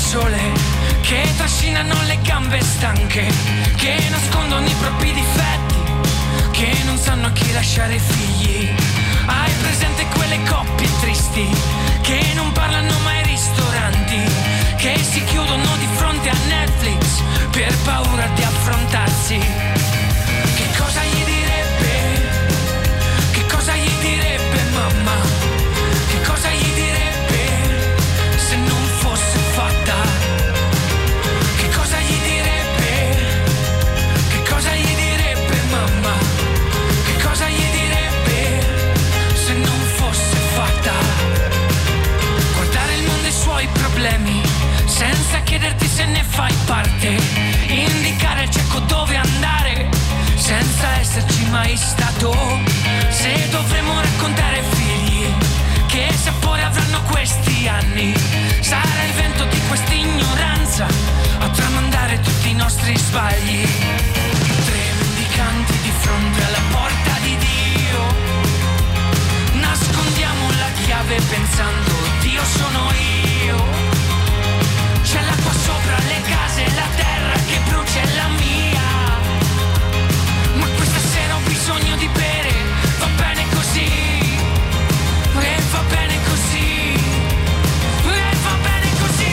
sole che trascinano le gambe stanche, che nascondono i propri difetti, che non sanno a chi lasciare figli. Hai presente quelle coppie tristi che non parlano mai ai ristoranti, che si chiudono di fronte a Netflix per paura di affrontarsi? Che cosa gli direbbe? Che cosa gli direbbe mamma? Che cosa gli direbbe se non fosse fatta? Che cosa gli direbbe? Che cosa gli direbbe mamma? Che cosa gli direbbe se non fosse fatta? Guardare il mondo e i suoi problemi senza chiederti se ne fai parte, indicare al cieco dove andare senza esserci mai stato. Se dovremmo raccontare ai figli che sapore avranno questi anni, sarà il vento di questa ignoranza a tramandare tutti i nostri sbagli. Tre mendicanti di fronte alla porta di Dio, nascondiamo la chiave pensando Dio sono io. C'è l'acqua sopra le case, la terra che brucia è la mia. Ma questa sera ho bisogno di bere, va bene così. E va bene così. E va bene così.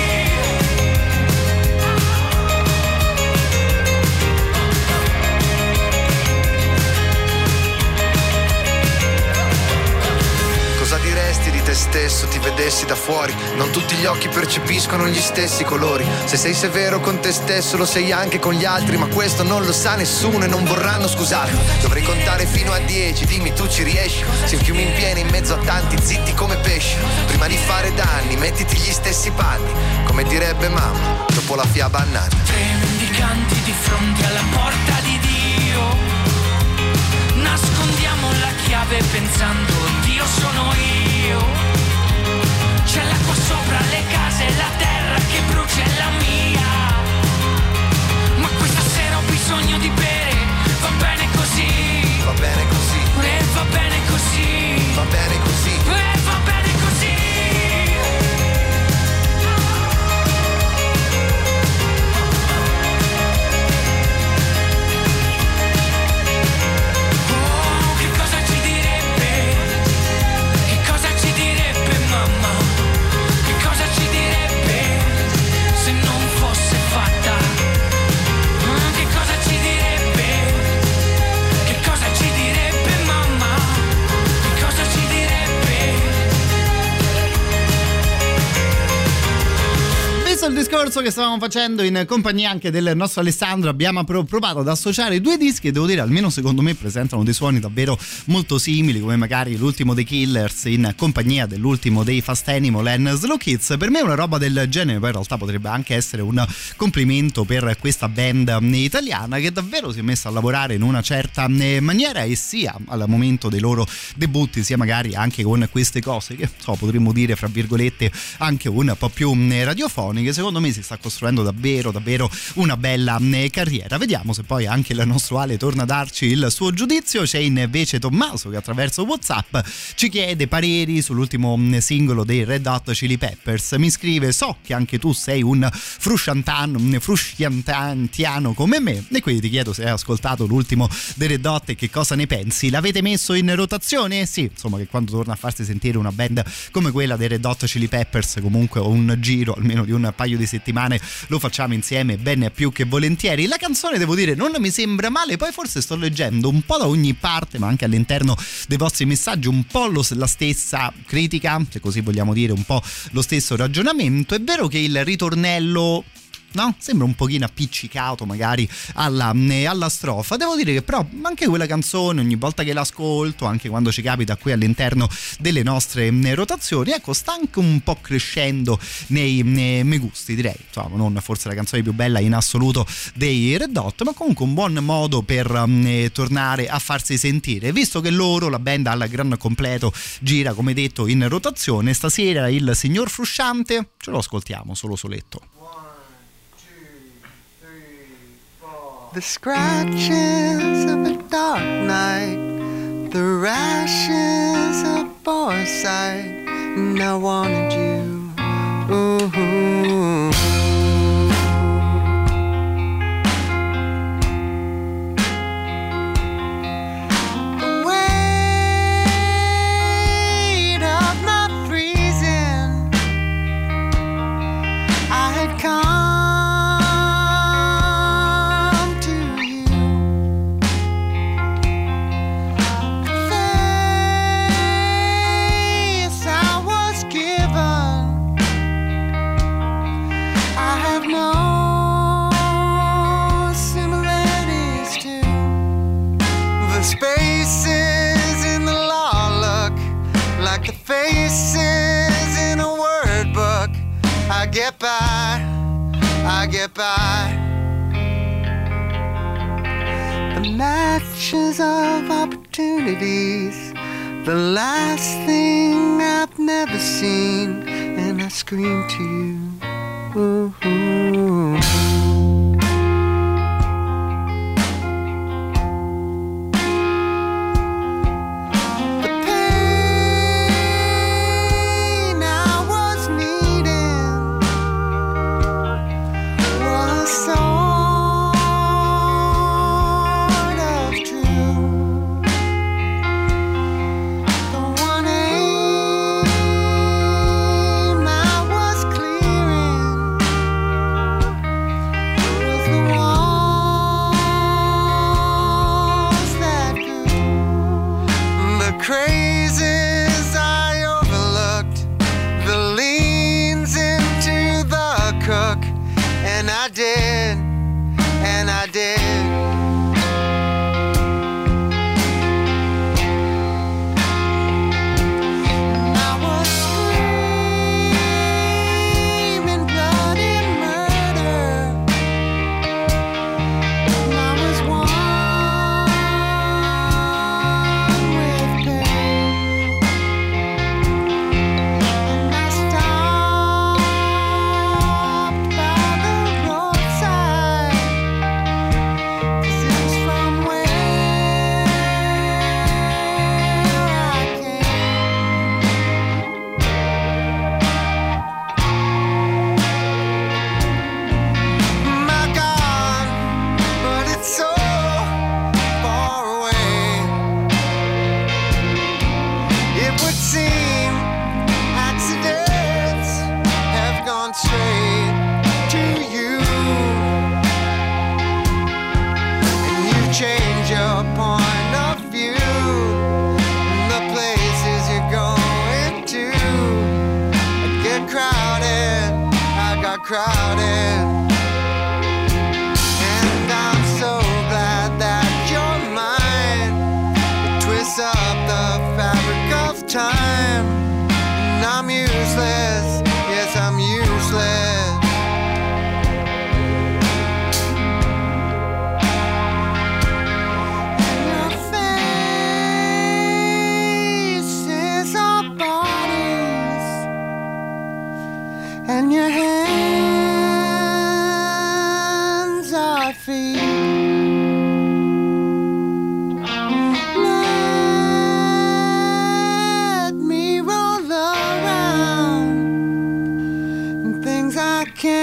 Cosa diresti di te stesso, ti vedessi da fuori? Non tutti gli occhi percepiscono gli stessi colori. Se sei severo con te stesso lo sei anche con gli altri, ma questo non lo sa nessuno e non vorranno scusarti. Dovrei contare fino a dieci, dimmi tu ci riesci? Se un fiume in piena in mezzo a tanti zitti come pesci. Prima di fare danni mettiti gli stessi panni, come direbbe mamma dopo la fiaba annata. Tre mendicanti di fronte alla porta di Dio, nascondiamo la chiave pensando Dio sono io. C'è l'acqua sopra le case, la terra che brucia è la mia. Ma questa sera ho bisogno di bere, va bene così. Va bene così. E va bene così. Va bene così. E va bene così. Oh, che cosa ci direbbe? Che cosa ci direbbe mamma? Che cosa ci direbbe se non fosse fatta? Mm, Che cosa ci direbbe? Che cosa ci direbbe mamma? Che cosa ci direbbe? Visto il discorso che stavamo facendo in compagnia anche del nostro Alessandro, abbiamo pro- provato ad associare i due dischi e devo dire, almeno secondo me, presentano dei suoni davvero molto simili, come magari l'ultimo dei Killers in compagnia dell'ultimo dei Fast Animal and Slow Kids. Per me una roba del genere poi in realtà potrebbe anche essere un complimento per questa band italiana che davvero si è messa a lavorare in una certa maniera, e sia al momento dei loro debutti sia magari anche con queste cose che so, potremmo dire fra virgolette anche un po' più radiofoniche. Secondo me si sta costruendo davvero davvero una bella carriera. Vediamo se poi anche il nostro Ale torna a darci il suo giudizio. C'è invece Tommaso che attraverso WhatsApp ci chiede pareri sull'ultimo singolo dei Red Hot Chili Peppers. Mi scrive: so che anche tu sei un frusciantano, un frusciantiano come me, e quindi ti chiedo se hai ascoltato l'ultimo dei Red Hot e che cosa ne pensi. L'avete messo in rotazione? Sì, insomma, che quando torna a farsi sentire una band come quella dei Red Hot Chili Peppers, comunque un giro almeno di un paio di settimane lo facciamo insieme ben più che volentieri. La canzone, devo dire, non mi sembra male. Poi forse sto leggendo un po' da ogni parte, ma anche all'interno dei vostri messaggi, un po' lo, la stessa critica, se così vogliamo dire, un po' lo stesso ragionamento. È vero che il ritornello, no? Sembra un pochino appiccicato magari alla, alla strofa. Devo dire che però anche quella canzone, ogni volta che l'ascolto, anche quando ci capita qui all'interno delle nostre rotazioni, ecco, sta anche un po' crescendo nei, nei miei gusti, direi. Insomma, non forse la canzone più bella in assoluto dei Red Hot, ma comunque un buon modo per um, tornare a farsi sentire, visto che loro, la band al gran completo, gira come detto in rotazione. Stasera il signor Frusciante ce lo ascoltiamo solo soletto. The scratches of a dark night, the rashes of foresight, and I wanted you. Ooh, get by, I get by. The matches of opportunities, the last thing I've never seen, and I scream to you. Ooh, ooh. Crazes I overlooked, the leans into the cook, and I did, and I did. Crowded, and I'm so glad that you're mine. It twists up the fabric of time, and I'm useless, yes, I'm useless. And your faces are bodies, and your hands feet. Let me roll around in things I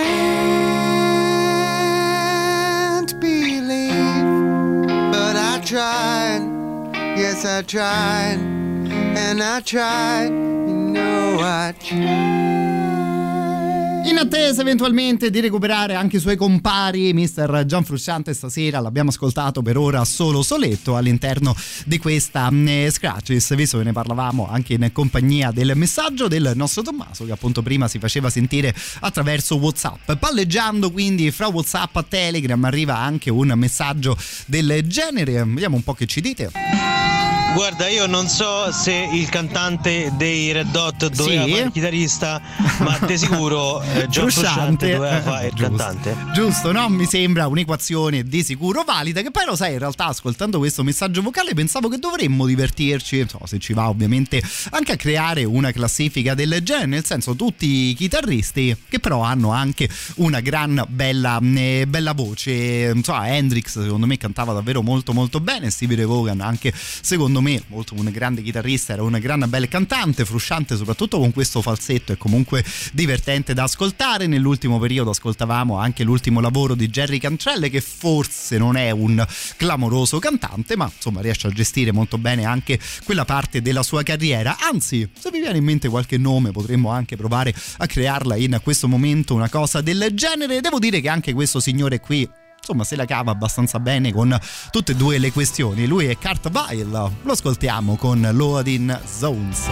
can't believe, but I tried, yes I tried, and I tried, you know I tried. In attesa eventualmente di recuperare anche i suoi compari, mister John Frusciante stasera l'abbiamo ascoltato per ora solo soletto all'interno di questa eh, Scratches, visto che ne parlavamo anche in compagnia del messaggio del nostro Tommaso, che appunto prima si faceva sentire attraverso WhatsApp. Palleggiando quindi fra WhatsApp a Telegram arriva anche un messaggio del genere, vediamo un po' che ci dite. Guarda, io non so se il cantante dei Red Hot doveva sì. fare il chitarrista, ma di sicuro eh, John Frusciante doveva fare il giusto, cantante. Giusto, no? Mi sembra un'equazione di sicuro valida, che poi lo sai, in realtà ascoltando questo messaggio vocale pensavo che dovremmo divertirci, so, se ci va ovviamente, anche a creare una classifica del genere, nel senso tutti i chitarristi che però hanno anche una gran bella, eh, bella voce. Insomma, Hendrix secondo me cantava davvero molto molto bene, Stevie Ray Vaughan anche secondo me molto un grande chitarrista, era un grande bel cantante. Frusciante soprattutto con questo falsetto è comunque divertente da ascoltare. Nell'ultimo periodo ascoltavamo anche l'ultimo lavoro di Jerry Cantrell, che forse non è un clamoroso cantante, ma insomma riesce a gestire molto bene anche quella parte della sua carriera. Anzi, se vi viene in mente qualche nome potremmo anche provare a crearla in questo momento, una cosa del genere. Devo dire che anche questo signore qui insomma se la cava abbastanza bene con tutte e due le questioni. Lui è Kurt Weill, lo ascoltiamo con Loading Zones.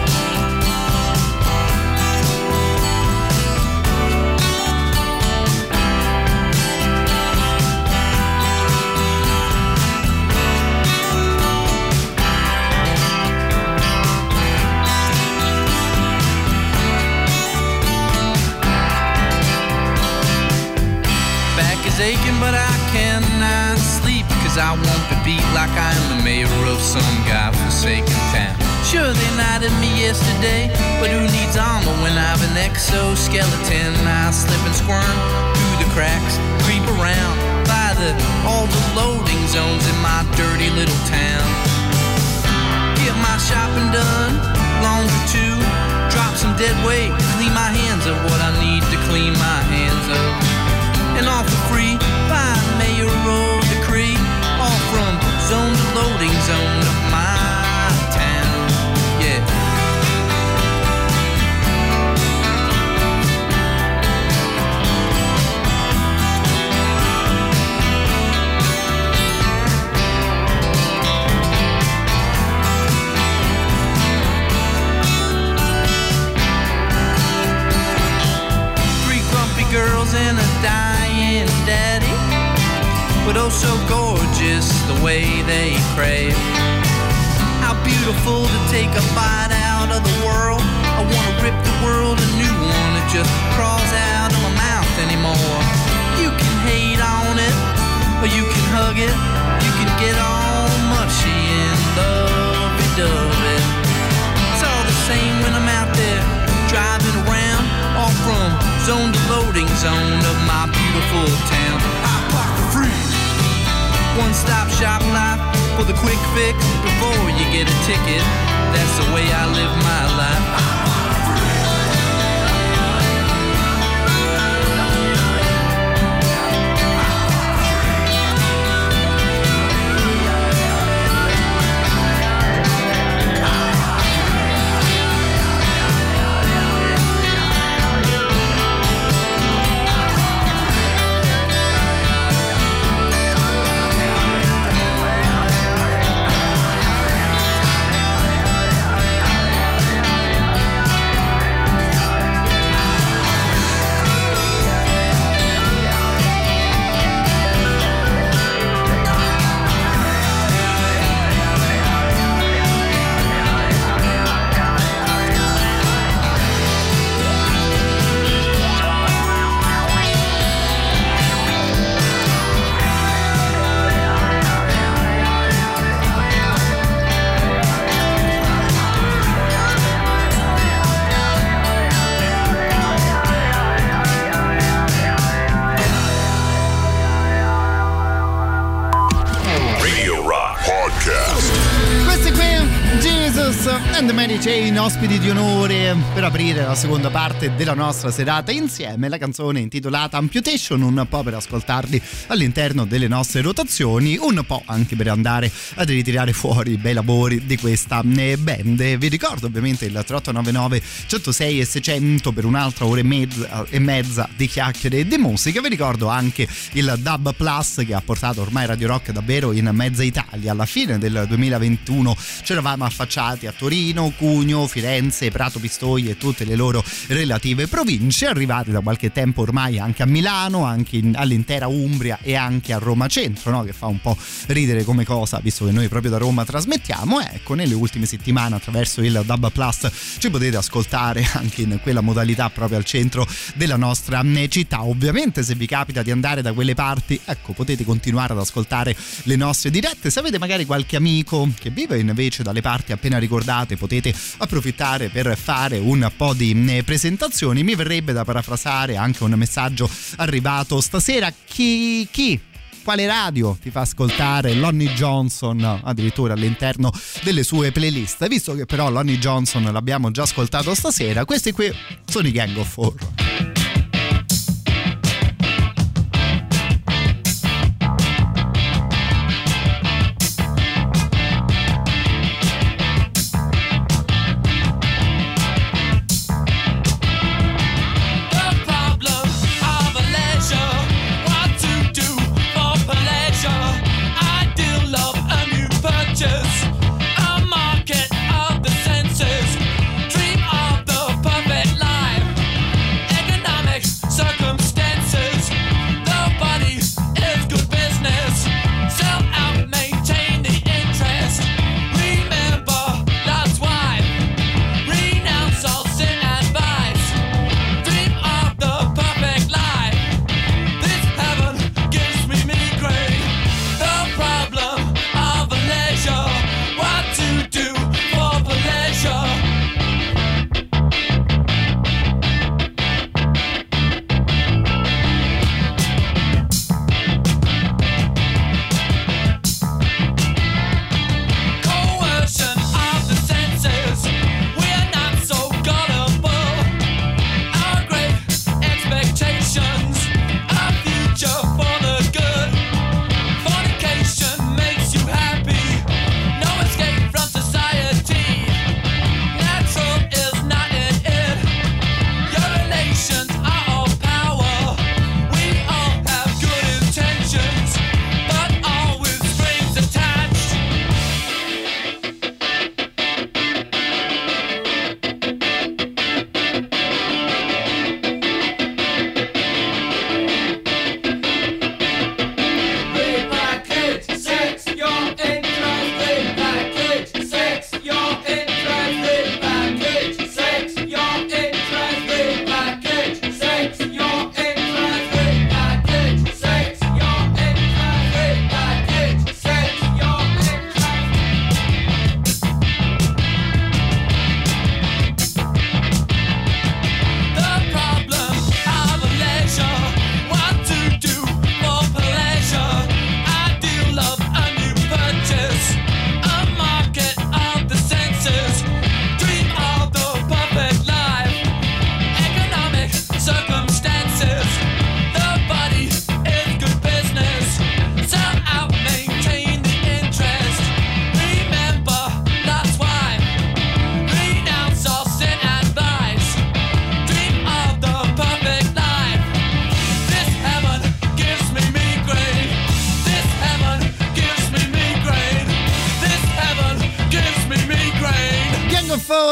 is aching, but I cannot sleep, cause I won't be beat like I am the mayor of some godforsaken town. Sure, they knighted me yesterday, but who needs armor when I've an exoskeleton? I slip and squirm through the cracks, creep around by the all the loading zones in my dirty little town. Get my shopping done, laundry too, drop some dead weight, clean my hands of what I need to clean my hands of. And all for free, by mayoral decree, all from zone to loading zone of my town, yeah. Three grumpy girls and a dying daddy, but oh so gorgeous the way they crave. How beautiful to take a bite out of the world. I wanna rip the world a new one, it just crawls out of my mouth anymore. You can hate on it, or you can hug it, you can get all mushy and lovey-dovey it. It's all the same when I'm out there driving around, all from zone to loading zone of my beautiful town. I park for free. One-stop shop life for the quick fix before you get a ticket. That's the way I live my life. and the Mary Chain, ospiti di onore per aprire la seconda parte della nostra serata insieme. La canzone intitolata Amputation, un po' per ascoltarli all'interno delle nostre rotazioni, un po' anche per andare ad ritirare fuori i bei lavori di questa band. Vi ricordo ovviamente il tre otto nove nove centosei e seicento per un'altra ora e mezza, e mezza di chiacchiere e di musica. Vi ricordo anche il Dub Plus che ha portato ormai Radio Rock davvero in mezza Italia. Alla fine del duemilaventuno ci eravamo affacciati a Torino, Cugno, Firenze, Prato Pistoia e tutte le loro relative province, arrivati da qualche tempo ormai anche a Milano, anche in, all'intera Umbria e anche a Roma Centro, no? Che fa un po' ridere come cosa, visto che noi proprio da Roma trasmettiamo. Ecco, nelle ultime settimane attraverso il Dub Plus ci potete ascoltare anche in quella modalità proprio al centro della nostra città. Ovviamente se vi capita di andare da quelle parti, ecco, potete continuare ad ascoltare le nostre dirette. Se avete magari qualche amico che vive invece dalle parti appena ricordate, potete approfittare per fare un po' di presentazioni. Mi verrebbe da parafrasare anche un messaggio arrivato stasera: chi chi quale radio ti fa ascoltare Lonnie Johnson addirittura all'interno delle sue playlist? Visto che però Lonnie Johnson l'abbiamo già ascoltato stasera, questi qui sono i Gang of Four. Dream of the perfect life.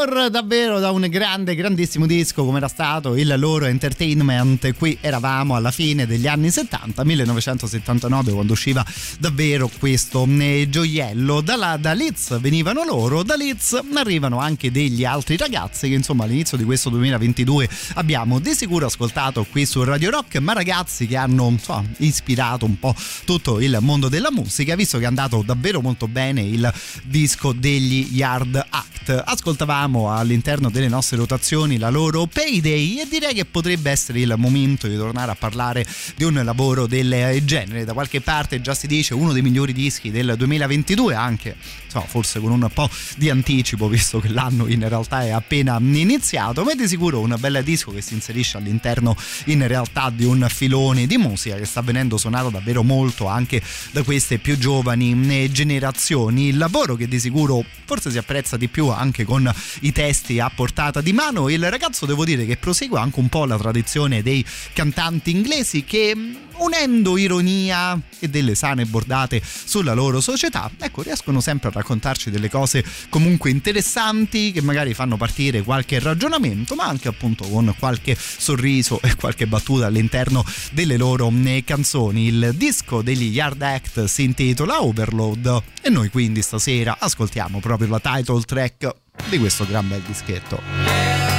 Cure, davvero da un grande, grandissimo disco come era stato il loro Entertainment. Qui eravamo alla fine degli anni settanta, millenovecentosettantanove, quando usciva davvero questo gioiello. Da, da Leeds venivano loro, da Leeds arrivano anche degli altri ragazzi che insomma all'inizio di questo duemilaventidue abbiamo di sicuro ascoltato qui su Radio Rock, ma ragazzi che hanno insomma, ispirato un po' tutto il mondo della musica, visto che è andato davvero molto bene il disco degli Yard Act. Ascoltavamo all'interno delle nostre rotazioni la loro Payday e direi che potrebbe essere il momento di tornare a parlare di un lavoro del genere. Da qualche parte già si dice uno dei migliori dischi del duemilaventidue, anche insomma, forse con un po' di anticipo visto che l'anno in realtà è appena iniziato, ma è di sicuro un bel disco che si inserisce all'interno in realtà di un filone di musica che sta venendo suonato davvero molto anche da queste più giovani generazioni. Il lavoro che di sicuro forse si apprezza di più anche con i testi a portata di mano. Il ragazzo, devo dire, che prosegue anche un po' la tradizione dei cantanti inglesi che, unendo ironia e delle sane bordate sulla loro società, ecco, riescono sempre a raccontarci delle cose comunque interessanti che magari fanno partire qualche ragionamento, ma anche appunto con qualche sorriso e qualche battuta all'interno delle loro canzoni. Il disco degli Yard Act si intitola Overload e noi quindi stasera ascoltiamo proprio la title track di questo gran bel dischetto.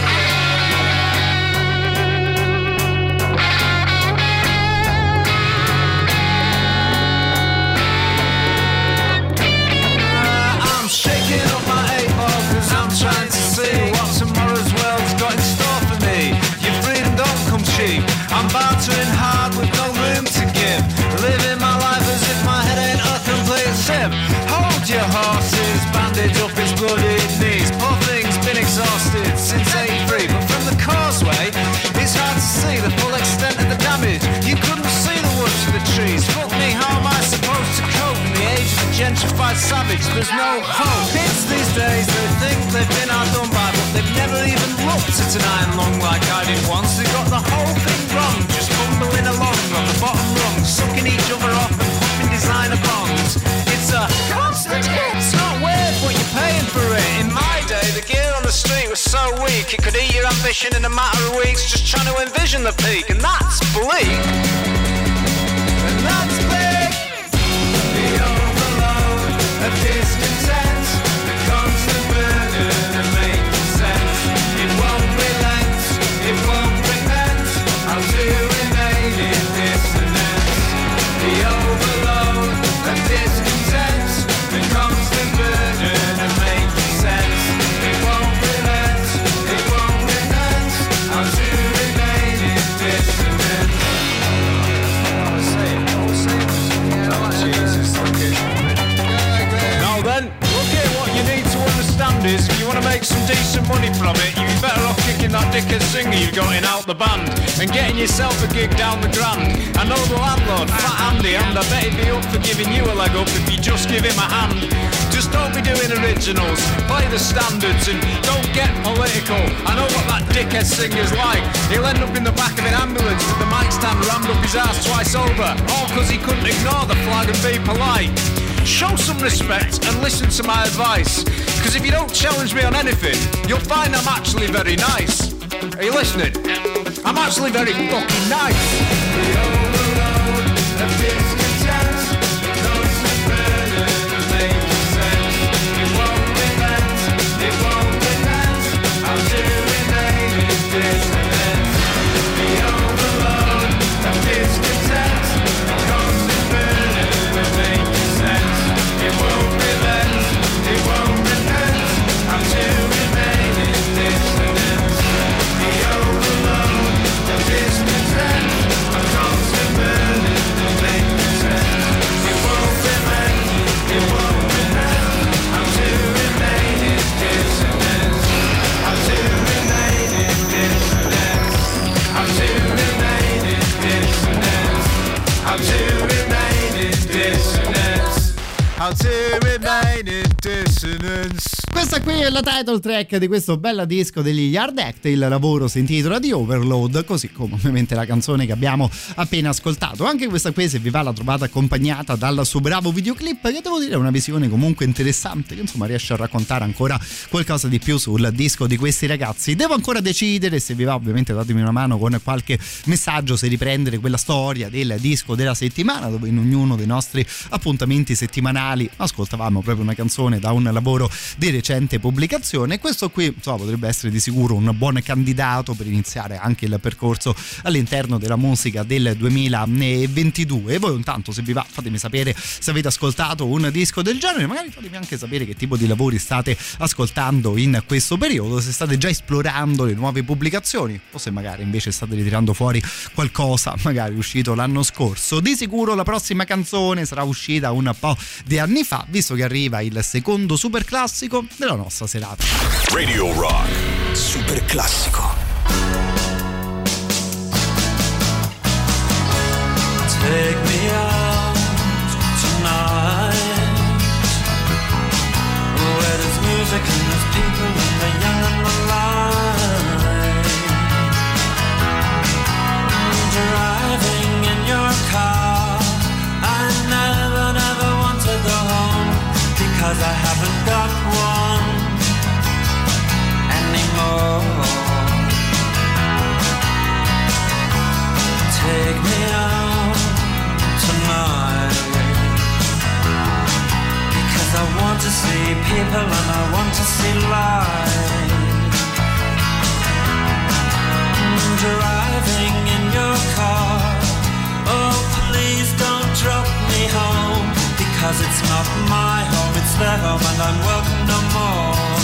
Trying to see what tomorrow's world's got in store for me. Your freedom don't come cheap. I'm bartering hard with no room to give. Living my life as if my head ain't a complete sip. Hold your horses, bandage up its bloody knees. Poor thing's been exhausted since eighty-three. But from the causeway, it's hard to see the full extent of the damage. You couldn't see the woods for the trees. Fuck me, how am I supposed to cope in the age of the gentrified savage? There's no hope. Kids these days, they think they've been outdone by, but they've never even looked at an iron lung like I did once. They got the whole thing wrong, just bumbling along on the bottom rung, sucking each other off and pumping designer bongs. It's a constant hit, it's not weird, but you're paying for it. In my day, the gear on the street was so weak, it could eat your ambition in a matter of weeks, just trying to envision the peak, and that's bleak. And that's big. The overload of discontent, the constant burden of making sense. It won't relent, it won't repent, how to remain in dissonance. The overload of discontent, the constant burden of making sense. It won't relent, it won't repent, how to remain in dissonance. I'll say it, I'll say it. Oh, Jesus, okay. Now then, look here, what you need to understand is if you want to make some decent money from it, you'd be better off kicking that dickhead singer you've got in out the band and getting yourself a gig down the Grand. I know the landlord, Fat Andy, and I bet he'd be up for giving you a leg up if you just give him a hand. Just don't be doing originals, play the standards and don't get political. I know what that dickhead singer's like. He'll end up in the back of an ambulance with the mic stand rammed up his ass twice over, all because he couldn't ignore the flag and be polite. Show some respect and listen to my advice, because if you don't challenge me on anything, you'll find I'm actually very nice. Are you listening? I'm actually very fucking nice. The overload of discontent, the constant burden of making sense. It won't relent, it won't relent, how to remain in dissonance. The overload of discontent, the constant burden of making sense. It won't relent, it won't repent, how to remain in dissonance. The overload of discontent, a constant burden of making sense. It won't relent, it won't repent, how to remain in dissonance. How to remain in dissonance. How to remain in dissonance. How to remain in dissonance. How to remain in dissonance. Questa qui è la title track di questo bel disco degli Yard Act, il lavoro si intitola The Overload, così come ovviamente la canzone che abbiamo appena ascoltato. Anche questa qui, se vi va, la trovate accompagnata dal suo bravo videoclip, che devo dire è una visione comunque interessante, che insomma riesce a raccontare ancora qualcosa di più sul disco di questi ragazzi. Devo ancora decidere, se vi va ovviamente datemi una mano con qualche messaggio, se riprendere quella storia del disco della settimana, dove in ognuno dei nostri appuntamenti settimanali ascoltavamo proprio una canzone da un lavoro di recente pubblicazione. Questo qui insomma, potrebbe essere di sicuro un buon candidato per iniziare anche il percorso all'interno della musica del duemilaventidue. E voi intanto, se vi va, fatemi sapere se avete ascoltato un disco del genere, magari fatemi anche sapere che tipo di lavori state ascoltando in questo periodo, se state già esplorando le nuove pubblicazioni o se magari invece state ritirando fuori qualcosa magari uscito l'anno scorso. Di sicuro la prossima canzone sarà uscita un po' di anni fa, visto che arriva il secondo super classico della nostra serata. Radio Rock Super classico. Take me out tonight, where there's music and there's people and the young and the light. Driving in your car, I never, never want to go home, because I haven't got one anymore. Take me out tonight, because I want to see people and I want to see light. Driving in your car, oh please don't drop me home, because it's not my home, it's their home and I'm welcome no more.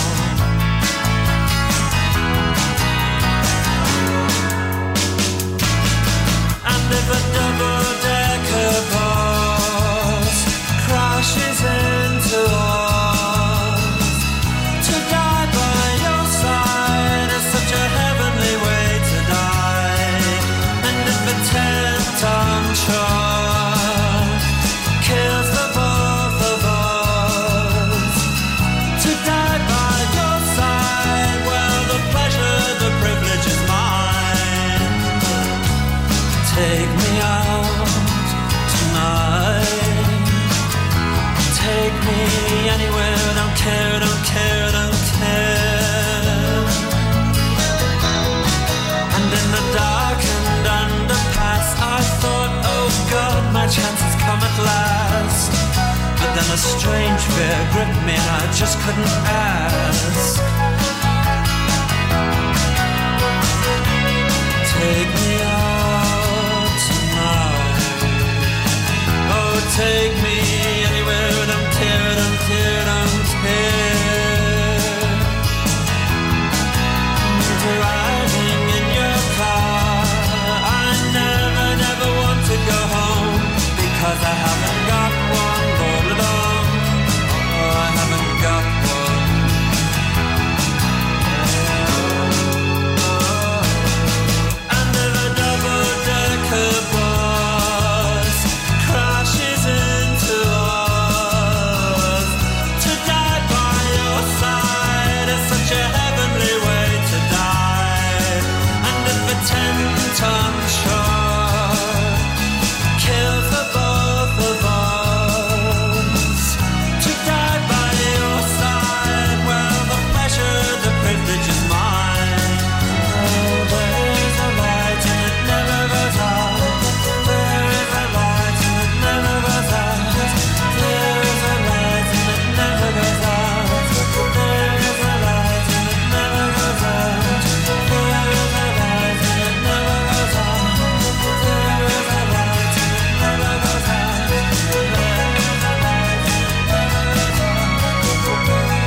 And if a double-decker bus crashes into us, to die by your side is such a heavenly way to die. And if a ten-ton truck kills the both of us, to die by your side, well, the pleasure, the privilege is mine. Take me out tonight, take me anywhere, don't care, don't care, don't care. And in the darkened underpass, I thought, oh God, my chance has come at last. But then a strange fear gripped me and I just couldn't ask. Take me out tonight, oh take me anywhere, don't care, don't care, don't care. Driving in your car, I never, never want to go home, because I haven't got one, Boladon, oh I haven't got one. And if a double-decker bus crashes into us, to die by your side is such a heavenly way to die. And if a ten-ton truck kills the both of us, to die by your side, well, the pleasure, the privilege is mine. Oh, there is a light and it never goes out. There is a light and it never goes out. There is a light and it never goes out. There is a light and it never goes out. There is a light and it never goes out. There is a light and it never goes out. There is a light and it never goes out.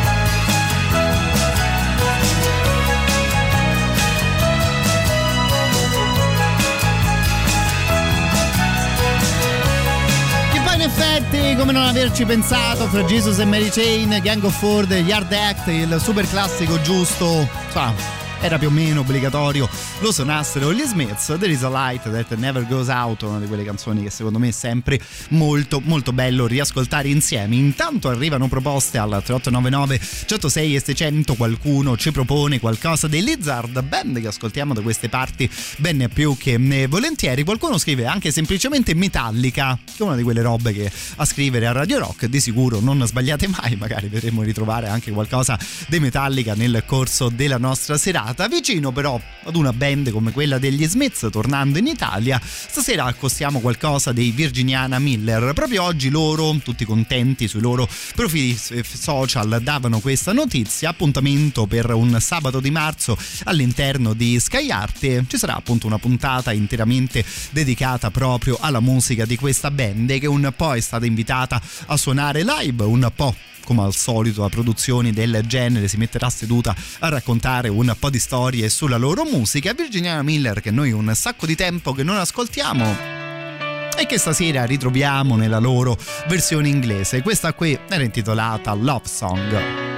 Che poi in effetti, come non averci pensato, fra Jesus e Mary Chain, Gang of Four, Yard Act, il super classico giusto, insomma, era più o meno obbligatorio lo suonassero gli Smiths. There is a light that never goes out, una di quelle canzoni che secondo me è sempre molto molto bello riascoltare insieme. Intanto arrivano proposte al tre otto nove nove uno zero sei e seicento, qualcuno ci propone qualcosa dei Lizard, band che ascoltiamo da queste parti ben più che volentieri. Qualcuno scrive anche semplicemente Metallica, che è una di quelle robe che a scrivere a Radio Rock di sicuro non sbagliate mai, magari vedremo ritrovare anche qualcosa dei Metallica nel corso della nostra serata. Vicino però ad una band come quella degli Smiths, tornando in Italia, stasera accostiamo qualcosa dei Virginiana Miller. Proprio oggi loro, tutti contenti sui loro profili social, davano questa notizia: appuntamento per un sabato di marzo all'interno di Sky Arte, ci sarà appunto una puntata interamente dedicata proprio alla musica di questa band, che un po' è stata invitata a suonare live, un po' come al solito a produzioni del genere si metterà seduta a raccontare un po' di storie sulla loro musica. Virginiana Miller, che noi un sacco di tempo che non ascoltiamo e che stasera ritroviamo nella loro versione inglese. Questa qui era intitolata Love Song.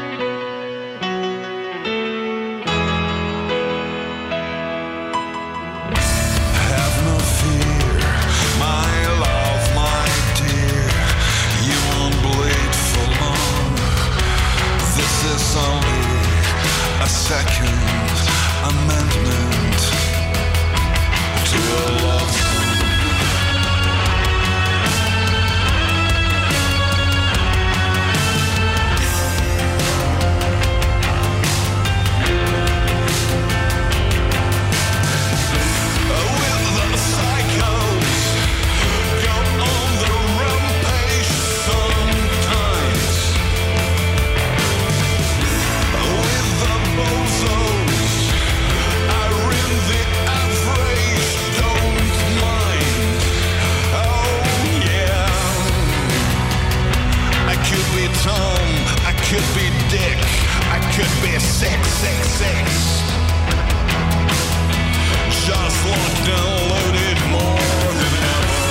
Second amendment to a love song. With the psychos go on the rampage sometimes. With the bozos are in the average, don't mind. Oh yeah, I could be Tom, I could be Dick, I could be six six six. Just locked and loaded more than ever.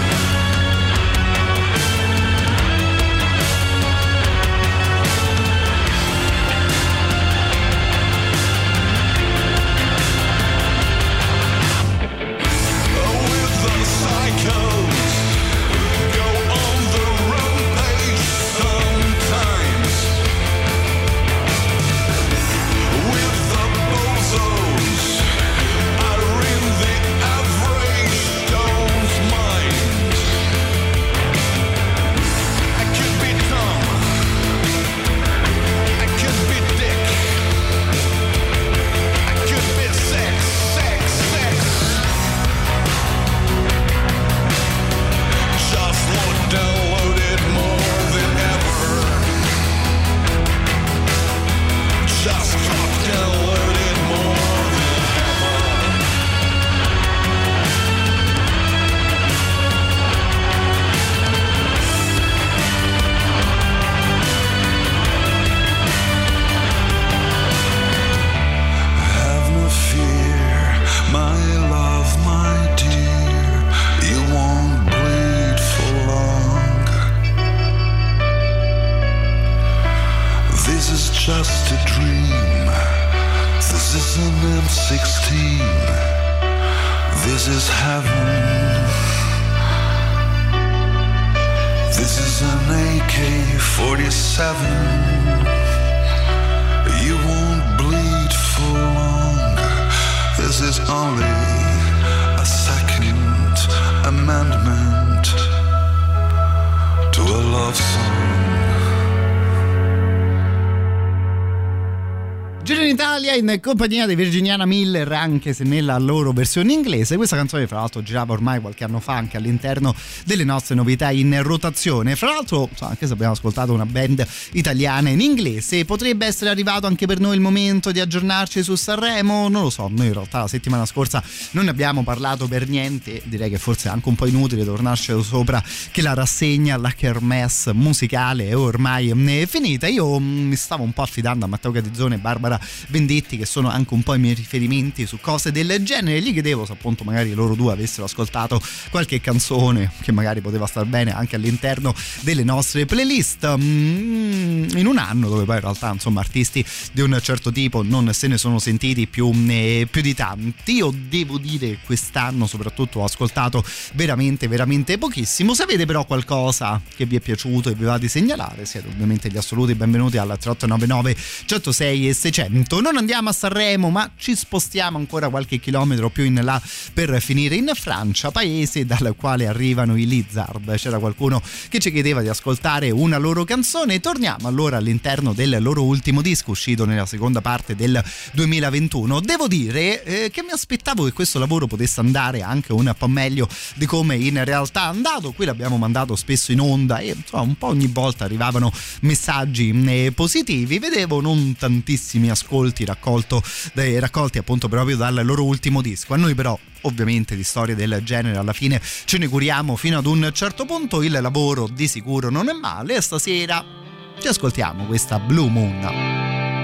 With the psychos go on the rampage sometimes. With the bozos are in the average, don't mind. I could be Tom, I could be Dick, I could be sex, sex, sex. Just loaded and loaded more than ever. Just cocked and loaded more than ever. Have no fear, my love, my dear. You won't bleed for long. This is just a dream. This is an M sixteen. This is heaven. This is an A K forty-seven. You won't bleed for long. This is only a second amendment to a love song. Giro in Italia in compagnia di Virginiana Miller, anche se nella loro versione inglese. Questa canzone fra l'altro girava ormai qualche anno fa anche all'interno delle nostre novità in rotazione. Fra l'altro, anche se abbiamo ascoltato una band italiana in inglese, potrebbe essere arrivato anche per noi il momento di aggiornarci su Sanremo. Non lo so, noi in realtà la settimana scorsa non ne abbiamo parlato per niente, direi che forse è anche un po' inutile tornarci sopra, che la rassegna, la kermesse musicale è ormai finita. Io mi stavo un po' affidando a Matteo Catizzone e Barbara Vendetti, che sono anche un po' i miei riferimenti su cose del genere. Gli chiedevo se appunto magari loro due avessero ascoltato qualche canzone che magari poteva star bene anche all'interno delle nostre playlist, mm, in un anno dove poi in realtà insomma artisti di un certo tipo non se ne sono sentiti più, eh, più di tanti. Io devo dire che quest'anno soprattutto ho ascoltato veramente veramente pochissimo. Se avete però qualcosa che vi è piaciuto e vi va di segnalare, siete ovviamente gli assoluti benvenuti alla tre otto nove nove centosei e seicento. Non andiamo a Sanremo, ma ci spostiamo ancora qualche chilometro più in là per finire in Francia, paese dal quale arrivano i Lizard. C'era qualcuno che ci chiedeva di ascoltare una loro canzone. Torniamo allora all'interno del loro ultimo disco uscito nella seconda parte del duemilaventuno. Devo dire eh, che mi aspettavo che questo lavoro potesse andare anche un po' meglio di come in realtà è andato. Qui l'abbiamo mandato spesso in onda e insomma un po' ogni volta arrivavano messaggi eh, positivi. Vedevo non tantissimi ascolti raccolto, dai, raccolti appunto proprio dal loro ultimo disco. A noi però ovviamente di storie del genere alla fine ce ne curiamo fino ad un certo punto. Il lavoro di sicuro non è male e stasera ci ascoltiamo questa Blue Moon.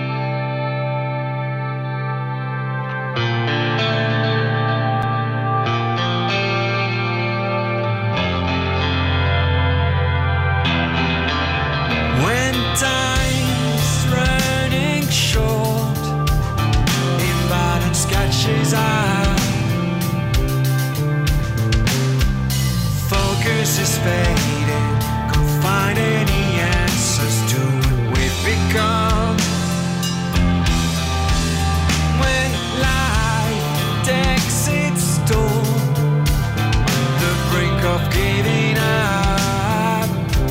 Sketches out. Focus is fading, can't find any answers to what we've become. When life takes its toll, the brink of giving up,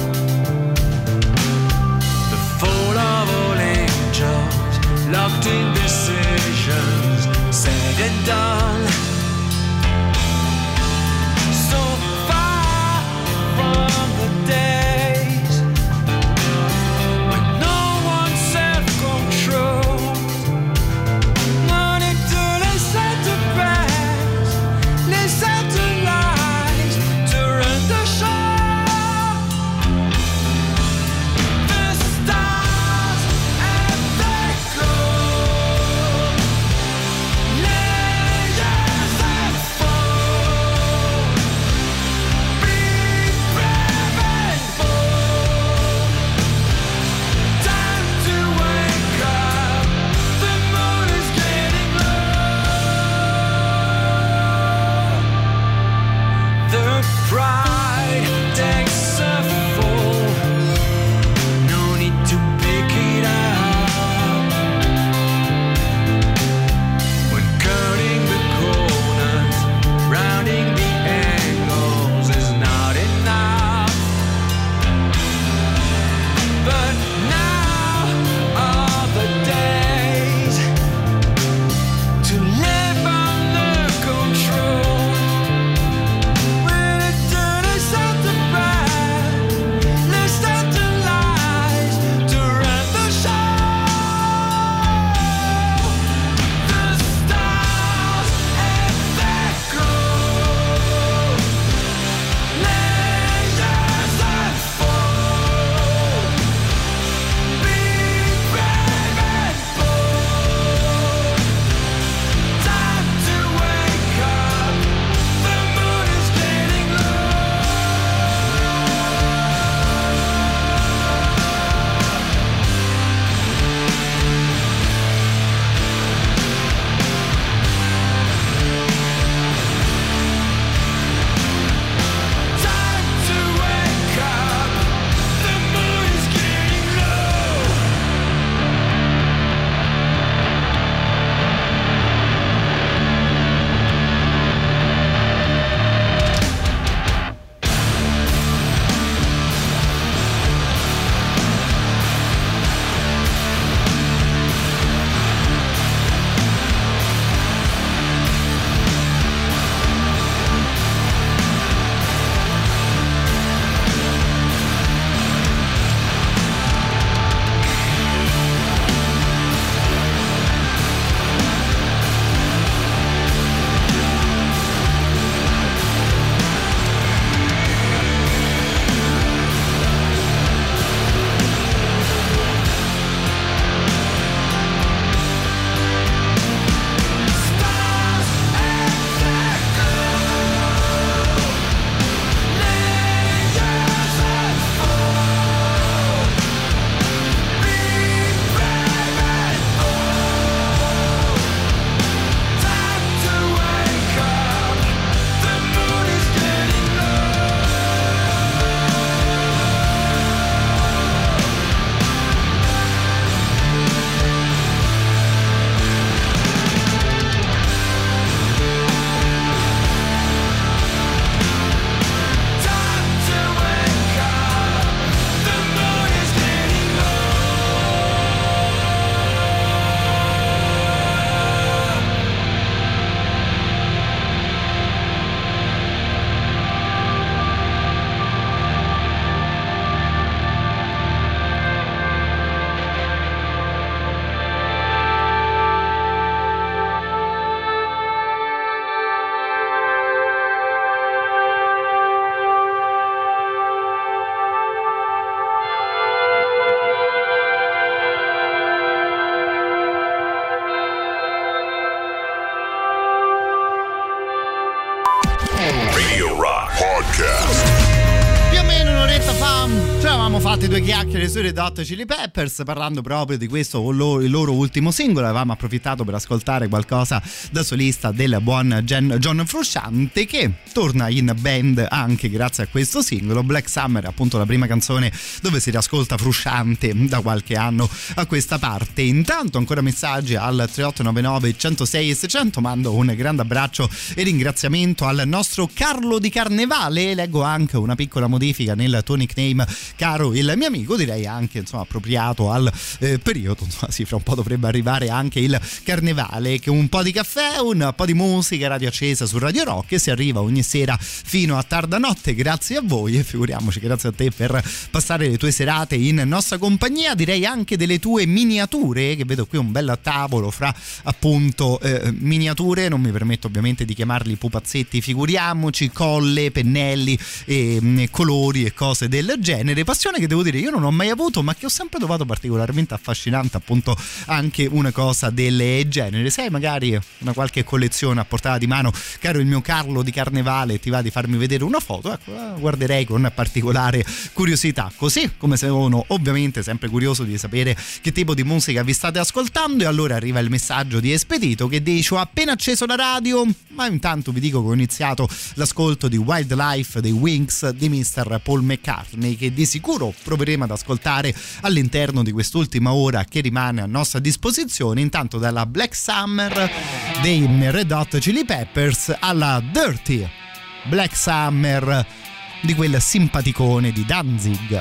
the fall of all angels, locked in decisions, said and done. So far from the days when no one's self-control. No need to listen to prayers, listen to lies, to run the show. The stars and they glow. Layers and fall. Be brave and bold. Time to wake up. The moon is getting low. The pride takes a fall. No need to pick it up. When cutting the corners, rounding the angles is not enough. But now are the days to live under control. When it turns fa ci eravamo fatti due chiacchiere sui Red Hot Chili Peppers parlando proprio di questo il loro ultimo singolo. Avevamo approfittato per ascoltare qualcosa da solista del buon Gen- John Frusciante, che torna in band anche grazie a questo singolo. Black Summer, appunto la prima canzone dove si riascolta Frusciante da qualche anno a questa parte. Intanto ancora messaggi al tre otto nove nove uno zero sei seicento. Mando un grande abbraccio e ringraziamento al nostro Carlo di Carnevale. Leggo anche una piccola modifica nel tuo nickname, caro il mio amico, direi anche insomma appropriato al eh, periodo. Insomma sì, fra un po' dovrebbe arrivare anche il carnevale. Che un po' di caffè, un po' di musica, radio accesa su Radio Rock, e si arriva ogni sera fino a tarda notte. Grazie a voi, e figuriamoci, grazie a te per passare le tue serate in nostra compagnia. Direi anche delle tue miniature, che vedo qui un bel tavolo fra appunto eh, miniature, non mi permetto ovviamente di chiamarli pupazzetti, figuriamoci, colle, pennelli e mh, colori e cose del genere. Passione che devo dire io non ho mai avuto, ma che ho sempre trovato particolarmente affascinante, appunto anche una cosa del genere. Se hai magari una qualche collezione a portata di mano, caro il mio Carlo di Carnevale, ti va di farmi vedere una foto, ecco, guarderei con particolare curiosità, così come sono ovviamente sempre curioso di sapere che tipo di musica vi state ascoltando. E allora arriva il messaggio di Espedito che dice: ho appena acceso la radio, ma intanto vi dico che ho iniziato l'ascolto di Wildlife dei Wings di mister Paul McCartney, che di sicuro proveremo ad ascoltare all'interno di quest'ultima ora che rimane a nostra disposizione. Intanto dalla Black Summer dei Red Hot Chili Peppers alla Dirty Black Summer di quel simpaticone di Danzig.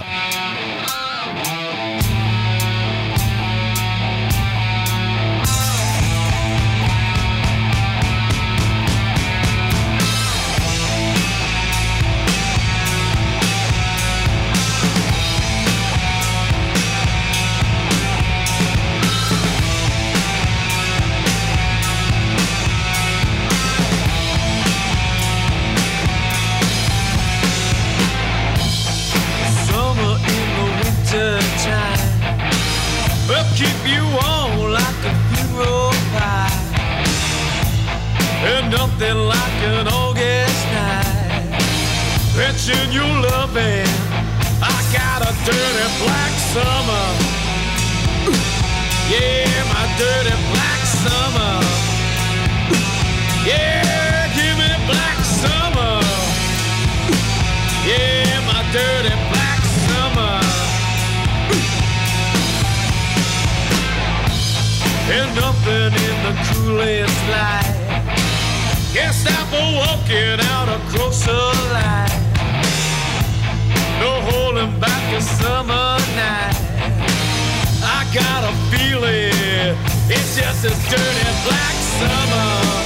Keep you on like a hero pie, and nothing like an August night. Fetching your loving, I got a dirty black summer. Yeah, my dirty black summer. Yeah, give me black summer. Yeah, my dirty black summer. And nothing in the coolest light can stop a walking out a closer light. No holding back a summer night. I got a feeling it's just a dirty black summer.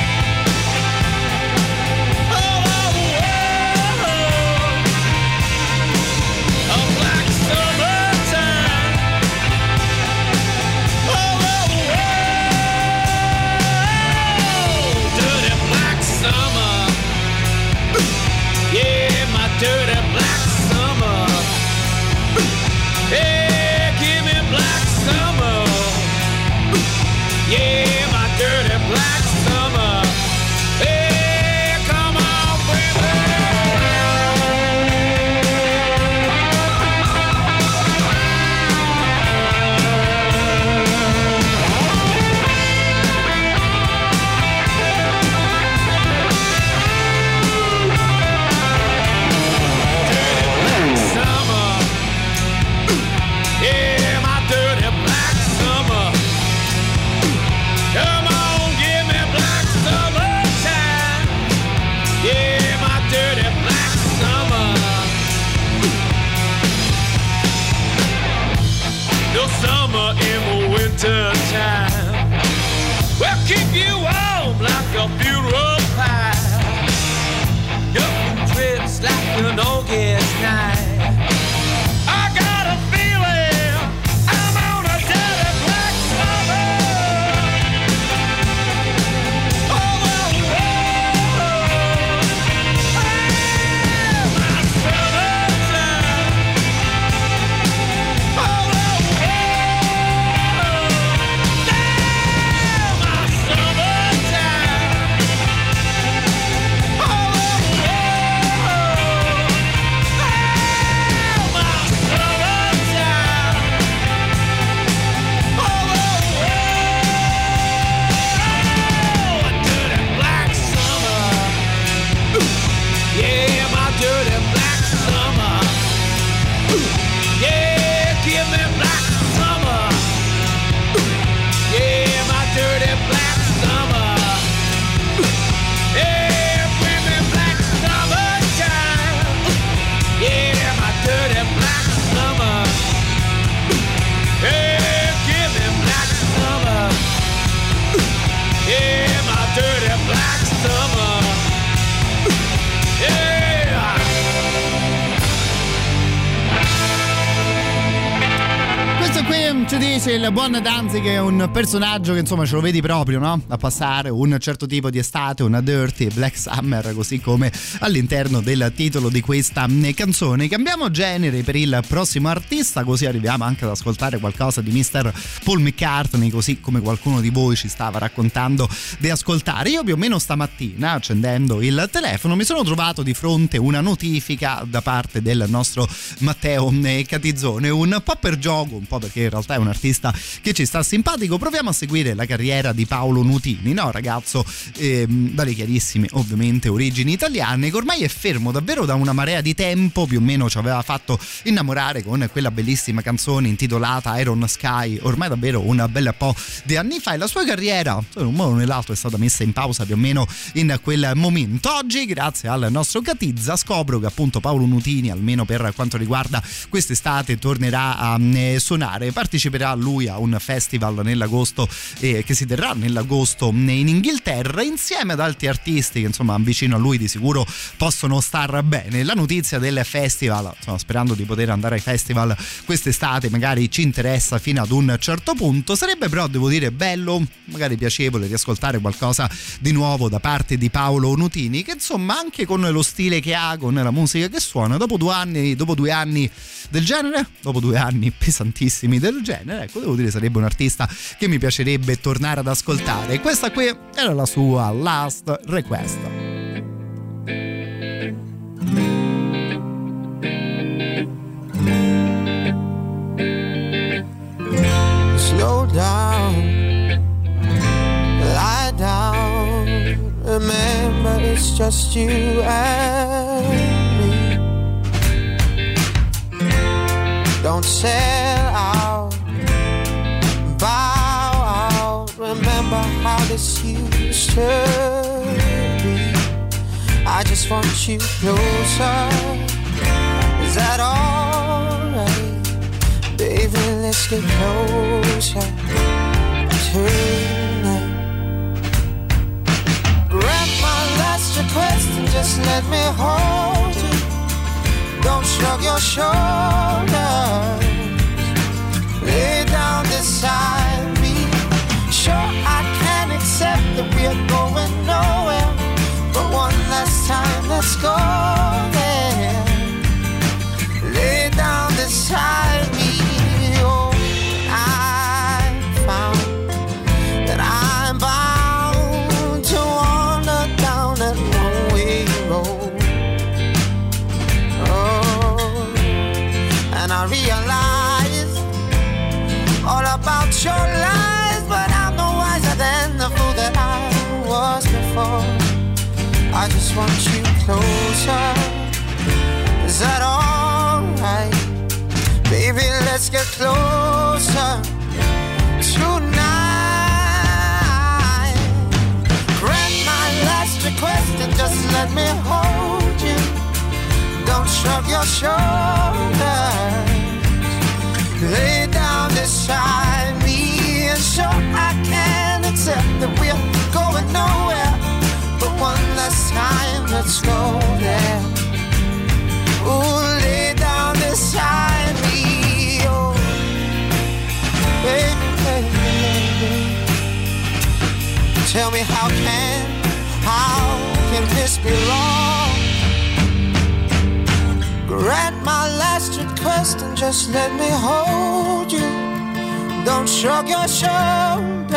Dirty black summer. Hey, give me black summer. Yeah, my dirty black summer. ci dice il buon Danzig, che è un personaggio che insomma ce lo vedi proprio, no? A passare un certo tipo di estate, una dirty Black Summer, così come all'interno del titolo di questa canzone. Cambiamo genere per il prossimo artista, così arriviamo anche ad ascoltare qualcosa di mister Paul McCartney, così come qualcuno di voi ci stava raccontando di ascoltare. Io più o meno stamattina, accendendo il telefono, mi sono trovato di fronte una notifica da parte del nostro Matteo Catizzone, un po' per gioco, un po' perché in realtà è un artista che ci sta simpatico. Proviamo a seguire la carriera di Paolo Nutini, no? Ragazzo ehm, dalle chiarissime ovviamente origini italiane, che ormai è fermo davvero da una marea di tempo, più o meno ci aveva fatto innamorare con quella bellissima canzone intitolata Iron Sky, ormai davvero un bel po' di anni fa, e la sua carriera in un modo o nell'altro è stata messa in pausa più o meno in quel momento. Oggi, grazie al nostro Catizza, scopro che appunto Paolo Nutini, almeno per quanto riguarda quest'estate, tornerà a eh, suonare. Parteciperà lui a un festival nell'agosto eh, che si terrà nell'agosto in Inghilterra, insieme ad altri artisti che insomma vicino a lui di sicuro possono star bene. La notizia del festival, insomma, sperando di poter andare ai festival quest'estate, magari ci interessa fino ad un certo punto. Sarebbe però, devo dire, bello, magari piacevole, riascoltare qualcosa di nuovo da parte di Paolo Nutini, che insomma anche con lo stile che ha, con la musica che suona, dopo due anni, dopo due anni del genere, dopo due anni pesantissimi del genere, ecco, devo dire sarebbe un artista che mi piacerebbe tornare ad ascoltare. Questa qui era la sua Last Request. Slow down, lie down. Remember, it's just you and me. Don't sell out, bow out. Remember how this used to be. I just want you closer. Is that alright? Baby, let's get closer tonight. Grant my last request and just let me hold you. Don't shrug your shoulders. Lay down beside me. Sure, I can accept that we're going nowhere, but one last time, let's go there. Lay down beside me. Oh, I found that I'm bound to wander down that one-way road. Oh, and I realize all about your lies, but I'm no wiser than the fool that I was before. I just want you closer. Is that alright? Baby, let's get closer tonight. Grant my last request and just let me hold you. Don't shrug your shoulders. Lay down beside me. And sure, I can accept that we're going nowhere, but one last time, let's go there. Ooh, lay down beside me. Oh, baby, baby, baby. Tell me how can, how can this be wrong? Grant my last request and just let me hold you. Don't shrug your shoulders.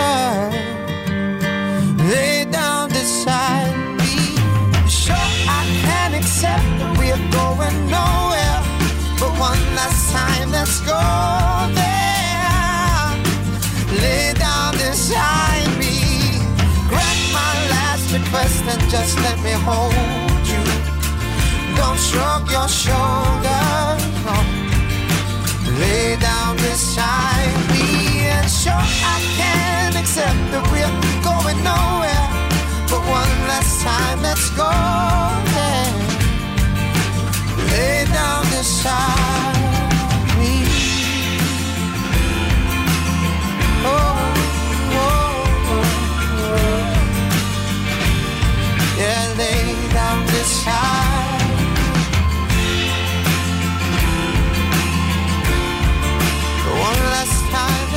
Lay down beside me. Sure, I can accept that we're going nowhere, but one last time, let's go there. Lay down beside me. Grant my last request and just let me hold you. Don't shrug your shoulders. No. Lay down beside me. And sure, I can accept that we're going nowhere, but one last time, let's go there. Lay down beside me. Oh, oh, oh, oh. Yeah, lay down beside. One last time.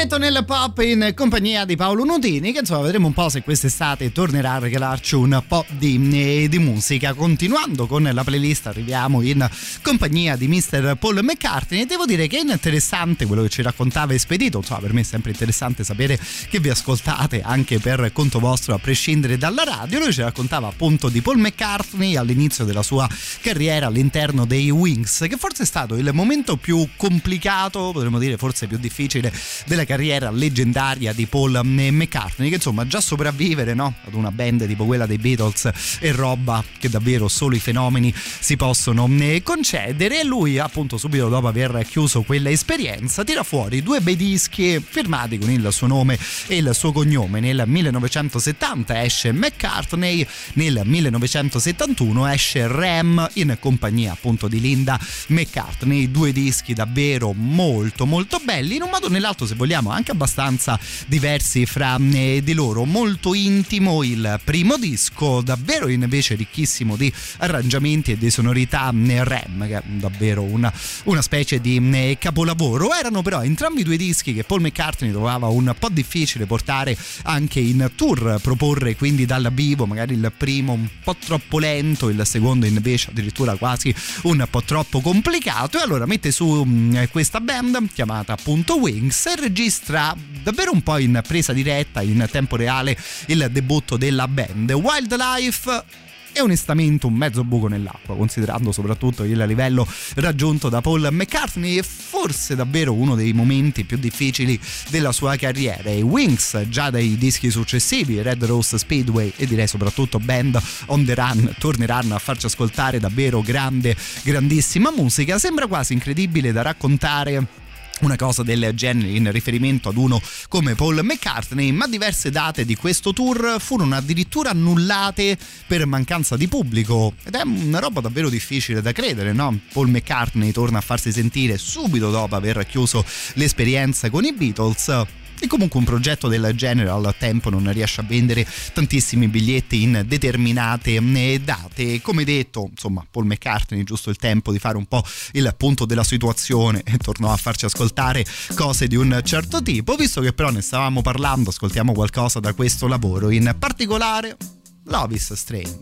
Rimetto nel pop in compagnia di Paolo Nutini, che insomma vedremo un po' se quest'estate tornerà a regalarci un po' di, di musica. Continuando con la playlist arriviamo in compagnia di mister Paul McCartney e devo dire che è interessante quello che ci raccontava Espedito. Insomma, per me è sempre interessante sapere che vi ascoltate anche per conto vostro a prescindere dalla radio. Lui ci raccontava appunto di Paul McCartney all'inizio della sua carriera all'interno dei Wings, che forse è stato il momento più complicato, potremmo dire forse più difficile della carriera leggendaria di Paul McCartney, che insomma già sopravvivere, no, ad una band tipo quella dei Beatles è roba che davvero solo i fenomeni si possono concedere. E lui appunto subito dopo aver chiuso quella esperienza tira fuori due bei dischi firmati con il suo nome e il suo cognome. Nel millenovecentosettanta esce McCartney, nel millenovecentosettantuno esce Ram in compagnia appunto di Linda McCartney. Due dischi davvero molto molto belli, in un modo o nell'altro se vogliamo anche abbastanza diversi fra di loro. Molto intimo il primo disco, davvero invece ricchissimo di arrangiamenti e di sonorità Ram, che è davvero una, una specie di capolavoro. Erano però entrambi due dischi che Paul McCartney trovava un po' difficile portare anche in tour, proporre quindi dal vivo, magari il primo un po' troppo lento, il secondo invece addirittura quasi un po' troppo complicato, e allora mette su questa band chiamata appunto Wings e registra davvero un po' in presa diretta, in tempo reale, il debutto della band. Wildlife è onestamente un mezzo buco nell'acqua, considerando soprattutto il livello raggiunto da Paul McCartney, e forse davvero uno dei momenti più difficili della sua carriera. I Wings già dai dischi successivi, Red Rose Speedway e direi soprattutto Band on the Run, torneranno a farci ascoltare davvero grande, grandissima musica. Sembra quasi incredibile da raccontare una cosa del genere in riferimento ad uno come Paul McCartney, ma diverse date di questo tour furono addirittura annullate per mancanza di pubblico, ed è una roba davvero difficile da credere, no? Paul McCartney torna a farsi sentire subito dopo aver chiuso l'esperienza con i Beatles, e comunque un progetto del genere al tempo non riesce a vendere tantissimi biglietti in determinate date. Come detto, insomma, Paul McCartney, giusto il tempo di fare un po' il punto della situazione, e tornò a farci ascoltare cose di un certo tipo. Visto che però ne stavamo parlando, ascoltiamo qualcosa da questo lavoro, in particolare Love is Strange.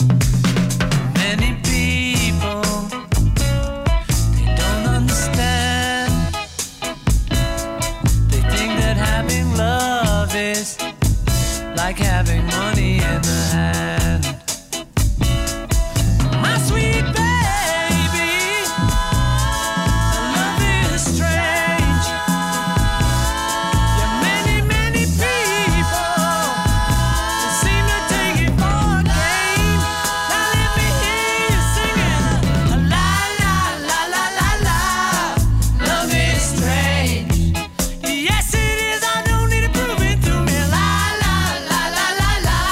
Many people, they don't understand. They think that having love is like having money in the hand. My sweet baby, love is strange. Yeah, many, many people seem to take it for a game. Now let me hear you singing, la la la la la la. Love is strange. Yes, it is. I don't need to prove it to me. La la la la la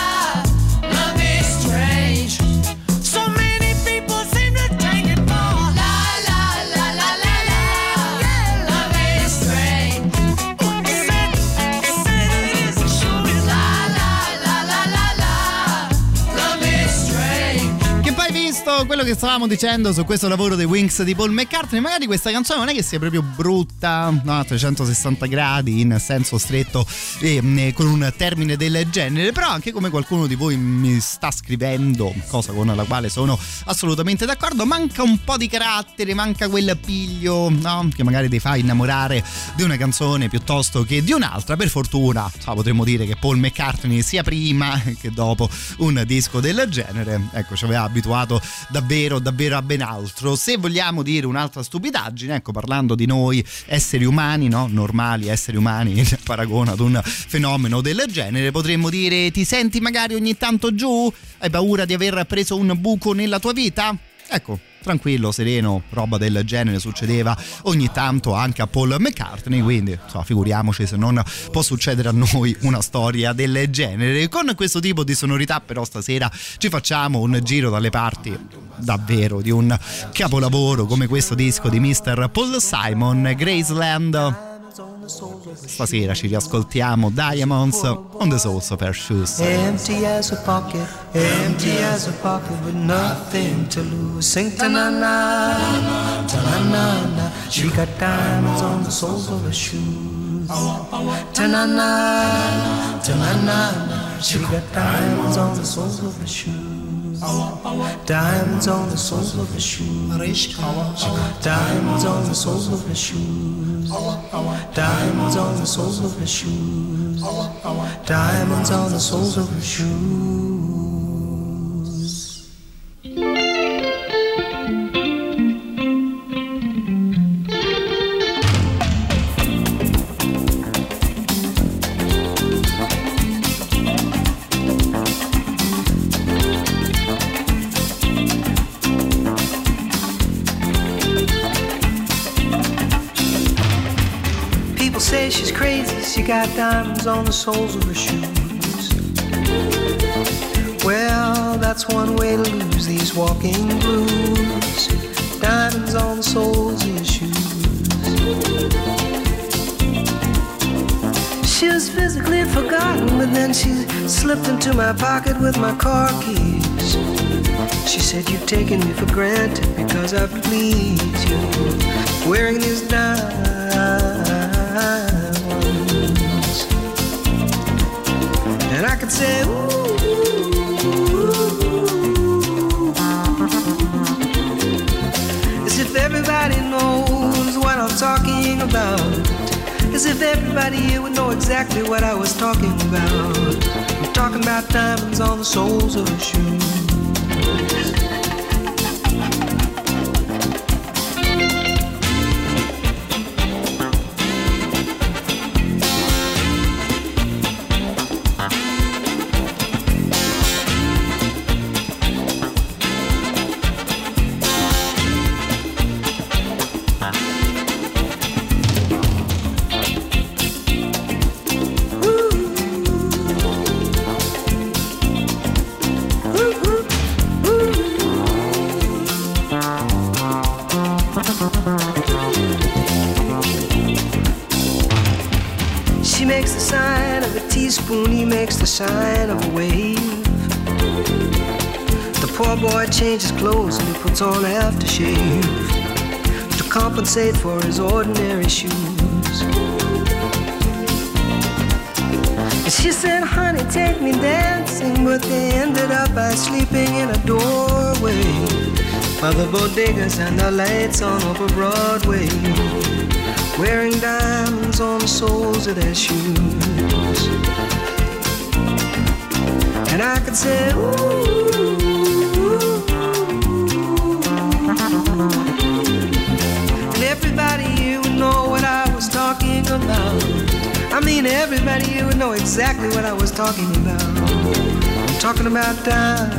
la. Love is strange. So many people seem to take it for la la la la la la. Yeah, love is strange. It said, it said it is. It sure is. La la la la la la. Love is strange. Che poi, visto quello che stavamo dicendo su questo lavoro dei Wings di Paul McCartney, magari questa canzone non è che sia proprio brutta, no, a trecentosessanta gradi in senso stretto e mh, con un termine del genere, però anche come qualcuno di voi mi sta scrivendo, cosa con la quale sono assolutamente d'accordo, manca un po' di carattere, manca quel piglio, no, che magari ti fa innamorare di una canzone piuttosto che di un'altra. Per fortuna, so, potremmo dire che Paul McCartney sia prima che dopo un disco del genere, ecco, ci aveva abituato davvero davvero a ben altro. Se vogliamo dire un'altra stupidaggine, ecco, parlando di noi esseri umani, no, normali esseri umani in paragone ad un fenomeno del genere, potremmo dire: ti senti magari ogni tanto giù? Hai paura di aver preso un buco nella tua vita? Ecco, tranquillo, sereno, roba del genere succedeva ogni tanto anche a Paul McCartney, quindi insomma, figuriamoci se non può succedere a noi una storia del genere. Con questo tipo di sonorità però stasera ci facciamo un giro dalle parti davvero di un capolavoro come questo disco di mister Paul Simon, Graceland. Stasera ci riascoltiamo Diamonds on the Soles of Her Shoes. Empty as a pocket, empty as a pocket with nothing to lose. Sing ta-na-na, ta-na-na-na. She got diamonds on the soles of her shoes. Ta-na-na, ta-na-na-na. She got diamonds on the soles of her shoes. Diamonds on the soles of her shoes. Diamonds on the soles of her shoes. Diamonds on the soles of her shoes. Diamonds on the soles of her shoes. Say she's crazy, she got diamonds on the soles of her shoes. Well, that's one way to lose these walking blues. Diamonds on the soles of your shoes. She was physically forgotten, but then she slipped into my pocket with my car keys. She said, you've taken me for granted because I please you, wearing these diamonds. And I could say, ooh, as if everybody knows what I'm talking about, as if everybody here would know exactly what I was talking about. I'm talking about diamonds on the soles of her shoes. She makes the sign of a teaspoon, he makes the sign of a wave. The poor boy changes clothes and he puts on aftershave to compensate for his ordinary shoes. She said, honey, take me dancing, but they ended up by sleeping in a doorway by the bodegas and the lights on over Broadway, wearing diamonds on the soles of their shoes. And I could say, ooh, and everybody here would know what I was talking about. I mean, everybody here would know exactly what I was talking about. I'm talking about time.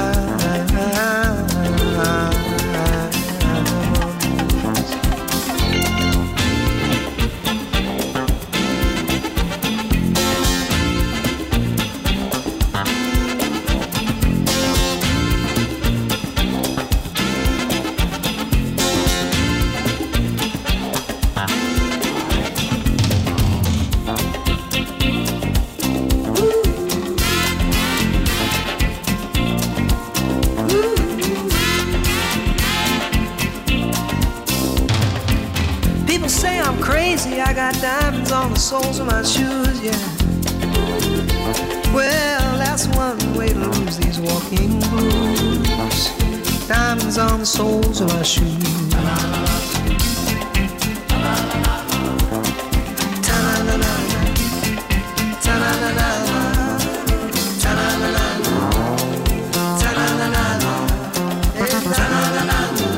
I got diamonds on the soles of my shoes, yeah. Well, that's one way to lose these walking blues. Diamonds on the soles of my shoes. Ta-na-na-na, ta-na-na-na, ta-na-na-na, ta-na-na-na, ta-na-na-na.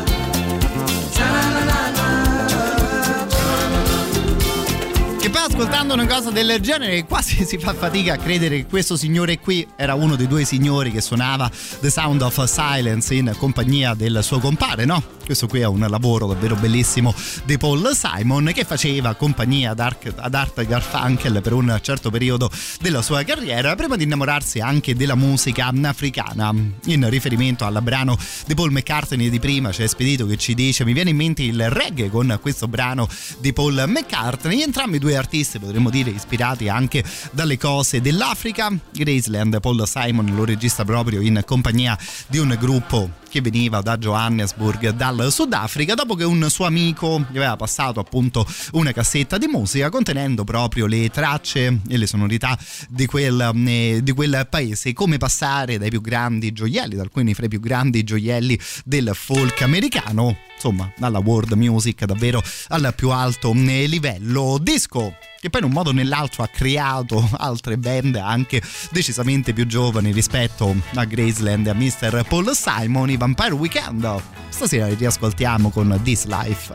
E poi ascoltando una cosa del genere quasi si fa fatica a credere che questo signore qui era uno dei due signori che suonava The Sound of Silence in compagnia del suo compare, no? Questo qui è un lavoro davvero bellissimo di Paul Simon, che faceva compagnia ad Art, ad Art Garfunkel per un certo periodo della sua carriera, prima di innamorarsi anche della musica africana. In riferimento al brano di Paul McCartney di prima c'è Spedito che ci dice: mi viene in mente il reggae con questo brano di Paul McCartney. Entrambi due artisti potremmo dire ispirati anche dalle cose dell'Africa. Graceland, Paul Simon lo registra proprio in compagnia di un gruppo che veniva da Johannesburg, dal Sudafrica, dopo che un suo amico gli aveva passato appunto una cassetta di musica contenendo proprio le tracce e le sonorità di quel, eh, di quel paese. Come passare dai più grandi gioielli, da alcuni fra i più grandi gioielli del folk americano, insomma dalla world music davvero al più alto livello. Disco che poi in un modo o nell'altro ha creato altre band anche decisamente più giovani rispetto a Graceland e a mister Paul Simon, i Vampire Weekend. Stasera li riascoltiamo con This Life.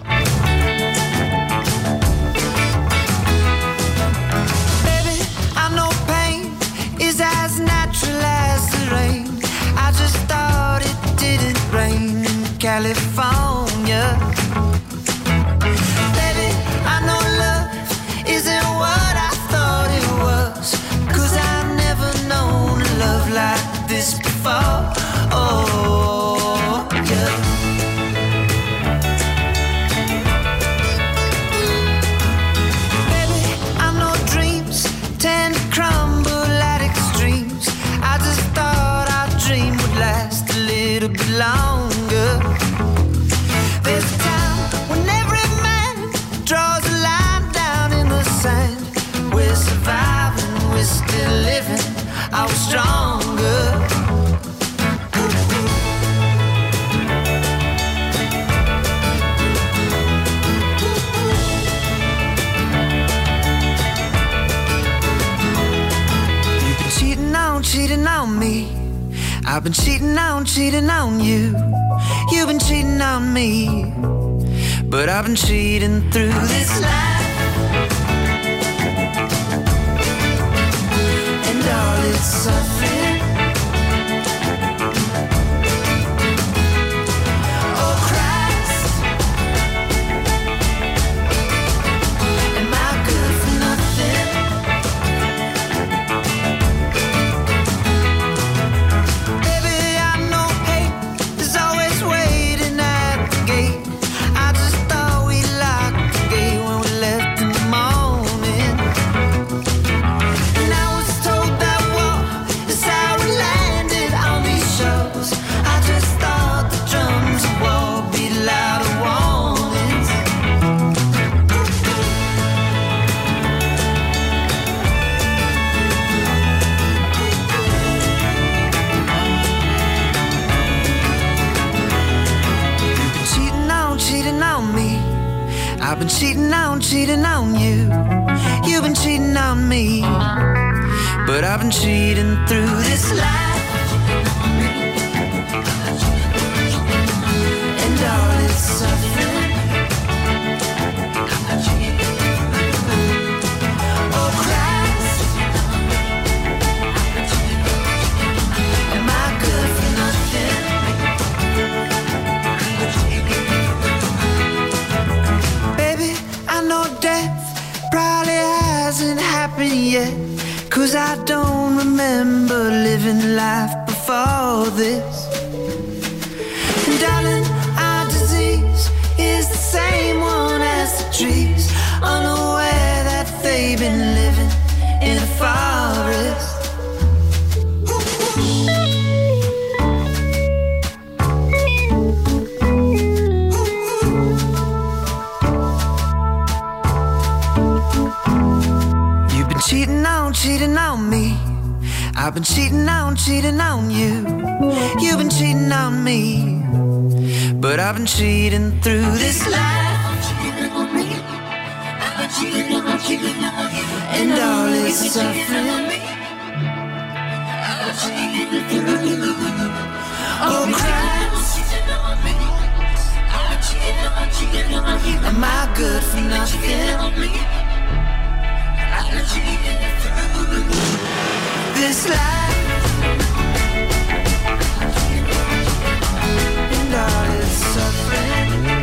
Baby, I know pain is as natural as the rain. I just thought it didn't rain in California. Baby, I know love isn't what I thought it was, 'cause I've never known a love like this before. Oh, yeah. Baby, I know dreams tend to crumble at extremes. I just thought our dream would last a little bit longer. There's a time when every man draws a line down in the sand. We're surviving, we're still living, I was stronger. You've been cheating on, cheating on me. I've been cheating on, cheating on you. You've been cheating on me, but I've been cheating through this life. And all its suffering. Oh Christ, am I good for nothing? Baby, I know hate is always waiting at the gate. I just thought we locked the gate when we left in the morning. And I was told that war is how I've been cheating on, cheating on you. You've been cheating on me. But I've been cheating through this life. And all its suffering. Oh Christ, am I good for nothing? Baby, I know death probably hasn't happened yet, 'cause I don't remember living life before this. And darling, our disease is the same one as the trees, unaware that they've been living in a forest. You've been cheating on, cheating on me. I've been cheating on, cheating on you. You've been cheating on me. But I've been cheating through this life. And all its suffering. Oh Christ, am I good for nothing? This life and all its suffering.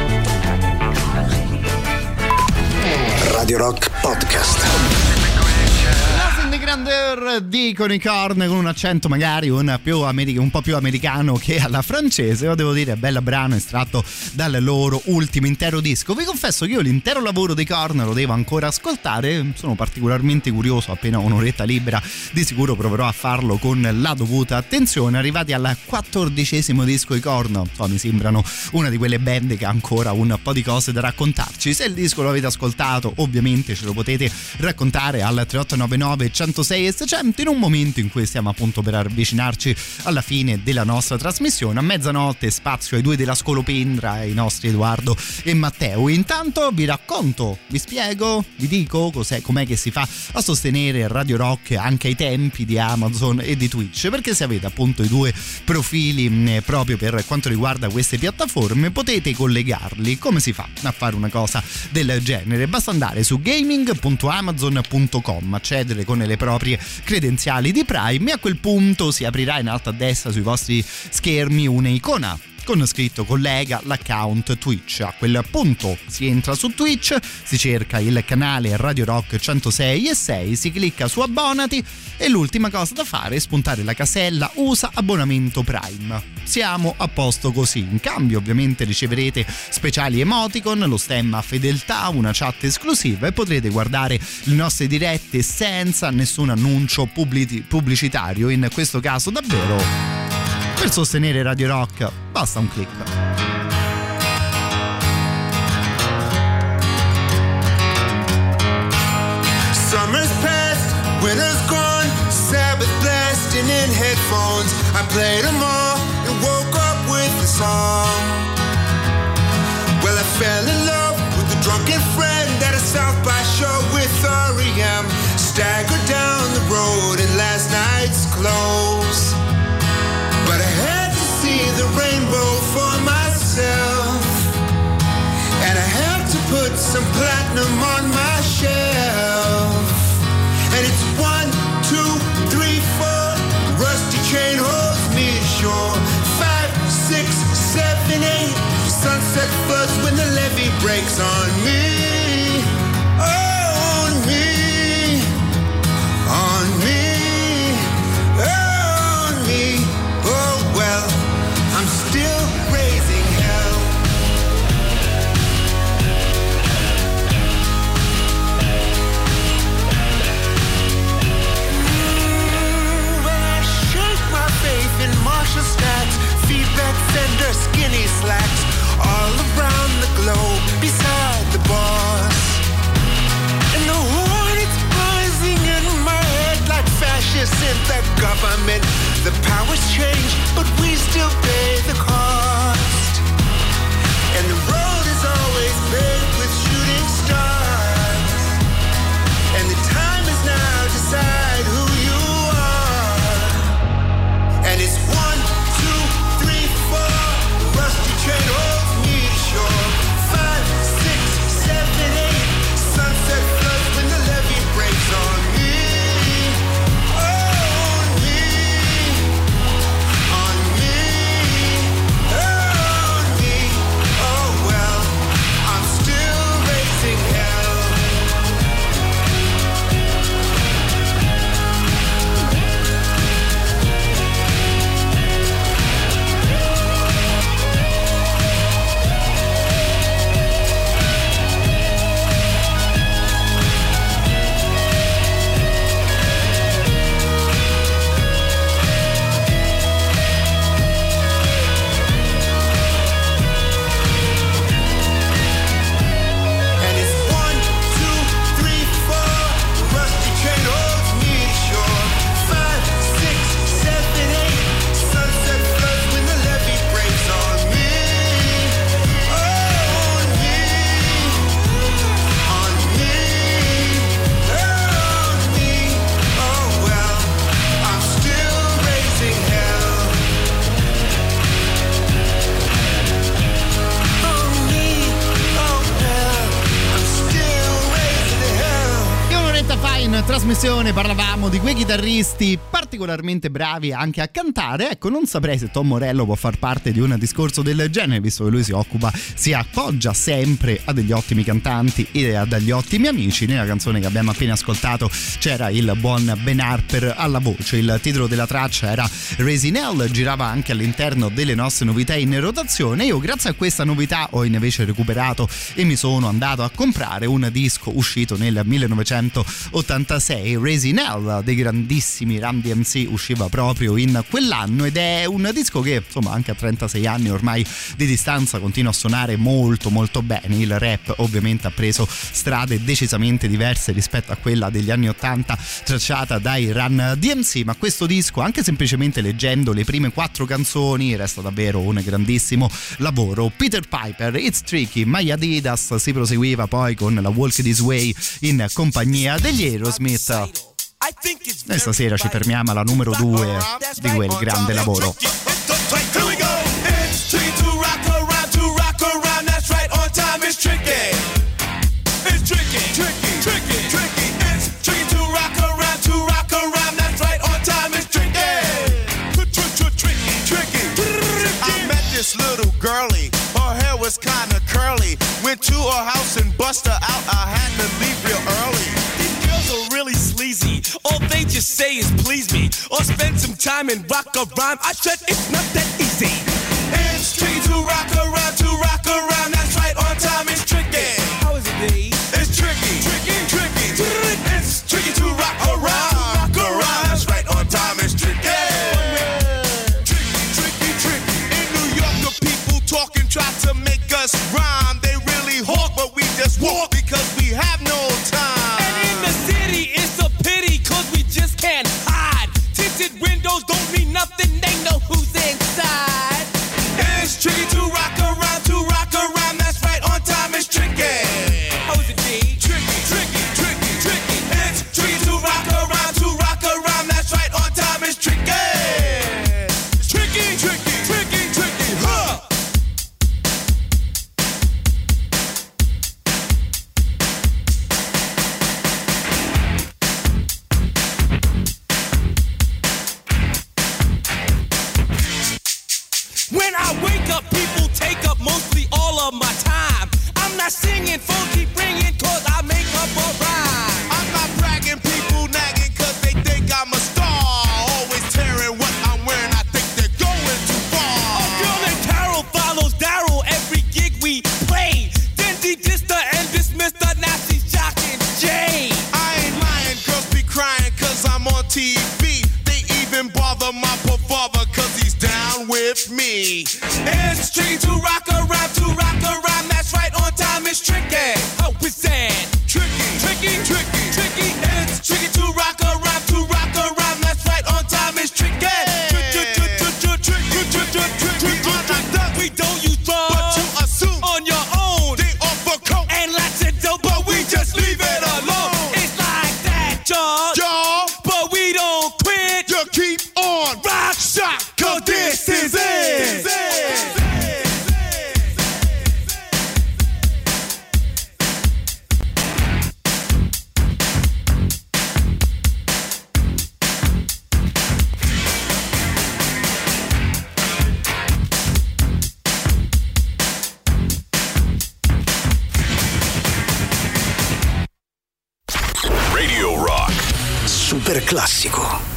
Radio Rock Podcast. The Grandeur di con i Korn, con un accento magari un, più americ- un po' più americano che alla francese. Io devo dire, bel brano estratto dal loro ultimo intero disco. Vi confesso che io l'intero lavoro dei Korn lo devo ancora ascoltare, sono particolarmente curioso, appena un'oretta libera di sicuro proverò a farlo con la dovuta attenzione. Arrivati al quattordicesimo disco i Korn, so, mi sembrano una di quelle band che ha ancora un po' di cose da raccontarci. Se il disco lo avete ascoltato, ovviamente ce lo potete raccontare al tre otto nove nove centosei e seicento, in un momento in cui stiamo appunto per avvicinarci alla fine della nostra trasmissione. A mezzanotte spazio ai due della Scolopendra, ai nostri Edoardo e Matteo. Intanto vi racconto, vi spiego, vi dico cos'è, com'è che si fa a sostenere Radio Rock anche ai tempi di Amazon e di Twitch, perché se avete appunto i due profili proprio per quanto riguarda queste piattaforme potete collegarli. Come si fa a fare una cosa del genere? Basta andare su gaming punto amazon punto com, accedere con le proprie credenziali di Prime e a quel punto si aprirà in alto a destra sui vostri schermi un'icona con scritto collega l'account Twitch. A quel punto si entra su Twitch, si cerca il canale Radio Rock centosei e sei, si clicca su abbonati e l'ultima cosa da fare è spuntare la casella usa abbonamento Prime. Siamo a posto così. In cambio ovviamente riceverete speciali emoticon, lo stemma fedeltà, una chat esclusiva e potrete guardare le nostre dirette senza nessun annuncio pubblici- pubblicitario. In questo caso davvero per sostenere Radio Rock basta un click. Summer's past, winter's gone, Sabbath blasting in headphones. I played them all and woke up with a song. Well, I fell in love with a drunken friend at a South by show with R E M. Staggered down the road in last night's clothes. But I had to see the rainbow for myself, and I had to put some platinum on my shelf. And it's one, two, three, four, rusty chain holds me ashore. Five, six, seven, eight, sunset floods when the levee breaks on me. On me, on me, on me. Oh well, I'm still raising hell. Mm, well, I shake my faith in Marshall stacks, feedback fender, skinny slacks, all around the globe, beside the boss. And the hornets rising in my head like fascists in the government. The powers change, but we still pay the cost. And the road is always paved with trasmissione parlavamo di quei chitarristi particolarmente bravi anche a cantare. Ecco, non saprei se Tom Morello può far parte di un discorso del genere, visto che lui si occupa, si appoggia sempre a degli ottimi cantanti e a degli ottimi amici. Nella canzone che abbiamo appena ascoltato c'era il buon Ben Harper alla voce, il titolo della traccia era Raising Hell, girava anche all'interno delle nostre novità in rotazione. Io grazie a questa novità ho invece recuperato e mi sono andato a comprare un disco uscito nel millenovecentottantasei. Raising Hell dei grandissimi Run D M C usciva proprio in quell'anno ed è un disco che insomma anche a trentasei anni ormai di distanza continua a suonare molto molto bene. Il rap ovviamente ha preso strade decisamente diverse rispetto a quella degli anni ottanta tracciata dai Run D M C, ma questo disco, anche semplicemente leggendo le prime quattro canzoni, resta davvero un grandissimo lavoro. Peter Piper, It's Tricky, My Adidas, si proseguiva poi con la Walk This Way in compagnia degli Aerosmith. E stasera ci fermiamo alla numero due di quel grande lavoro. This little girlie, her hair was kinda curly. Went to her house and bust her out. I had to leave real early. These girls are really sleazy. All they just say is please me, or spend some time and rock a rhyme. I said it's not that easy. It's tricky to rock around, to rock around. That's right, on time is tricky. How is it, D? It's tricky, tricky, tricky. It's tricky to rock around, rock around. That's right, on time is tricky. Talking, try to make us rhyme. They really hawk, but we just walk because we have no time. And in the city, it's a pity, cause we just can't hide. Tinted windows don't mean nothing, they know who's inside. And it's tricky to rock around, to rock around. That's right, on time is tricky. How is it, D? Tricky, tricky, tricky, tricky. And it's tricky to rock around, to rock around. That's right, on time is tricky. It's tricky, tricky, tricky, tricky, huh? When I wake up, people take up mostly all of my time. I'm not singing, phone keep ringing, cause I make up a rhyme. I'm not bragging, people nagging, cause they think I'm a star. Always tearing what I'm wearing, I think they're going too far. A girl named Carol follows Daryl every gig we play. Then she dissed her and dismissed her, now she's shocking Jay. I ain't lying, girls be crying, cause I'm on T V. They even bother my poor father, cause he's down with me. It's tricky to rock around, to rock around. That's right, on time is tricky. How is that? Tricky, tricky, tricky, tricky. It's tricky to rock around, to rock around. That's right, on time is tricky. We don't use drugs, but you assume on your own. They offer coke and lots of dope, but we just leave it alone. It's like that, y'all. Y'all, but we don't quit. You keep on rock shot, cause this is it. This is it. Radio Rock. Super classico.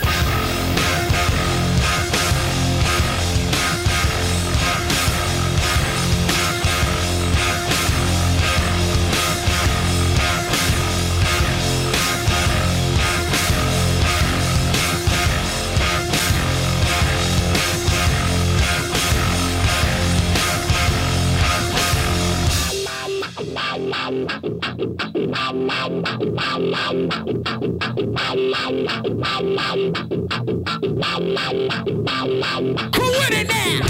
Who with it now?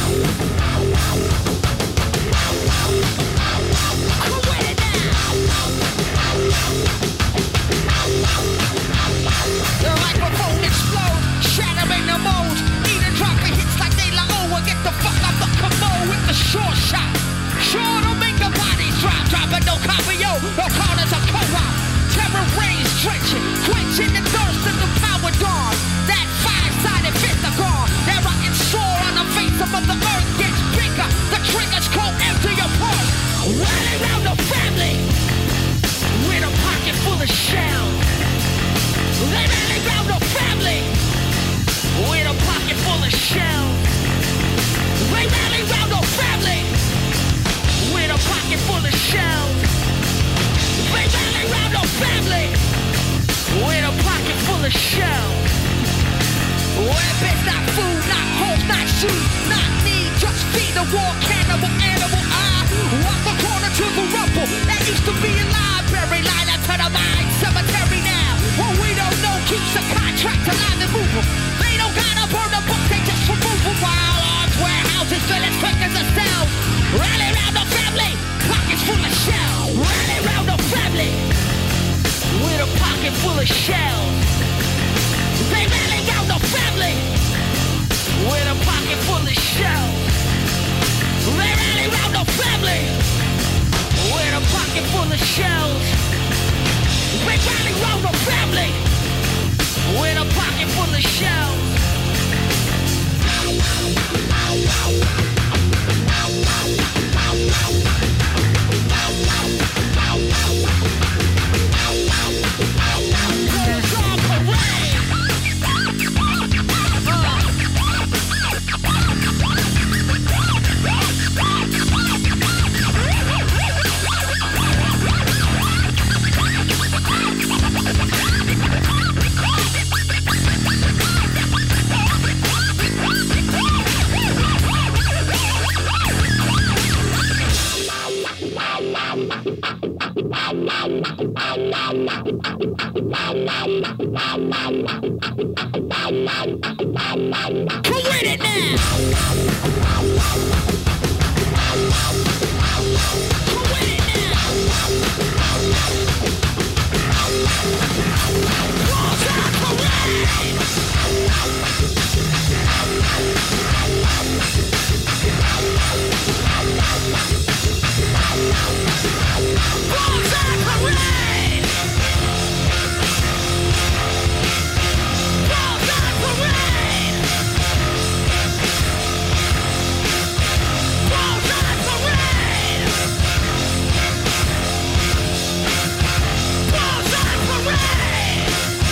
Who with it now? The microphone explode, shattering the mold. Need a drop of hits like De La O. Get the fuck off the commode with the short shot. Sure to make the bodies drop, drop it, no copy, yo. No corners of co-op. Terror rain stretching. see the war cannibal animal. I walk the corner to the rumble that used to be a library, line up to the mine cemetery now. What we don't know keeps the contract alive and moving. They don't gotta burn the book, they just remove them. While arms, warehouses fill as quick as a cell. Rally round the family, pockets full of shells. Rally round the family with a pocket full of shells. They rally round the family with a pocket full of shells. They rally round the family with a pocket full of shells. They rally round the family with a pocket full of shells. Come with it now! Come with it now! Walls on parade! Walls on parade! Walls on parade! Walls on parade! Walls on parade!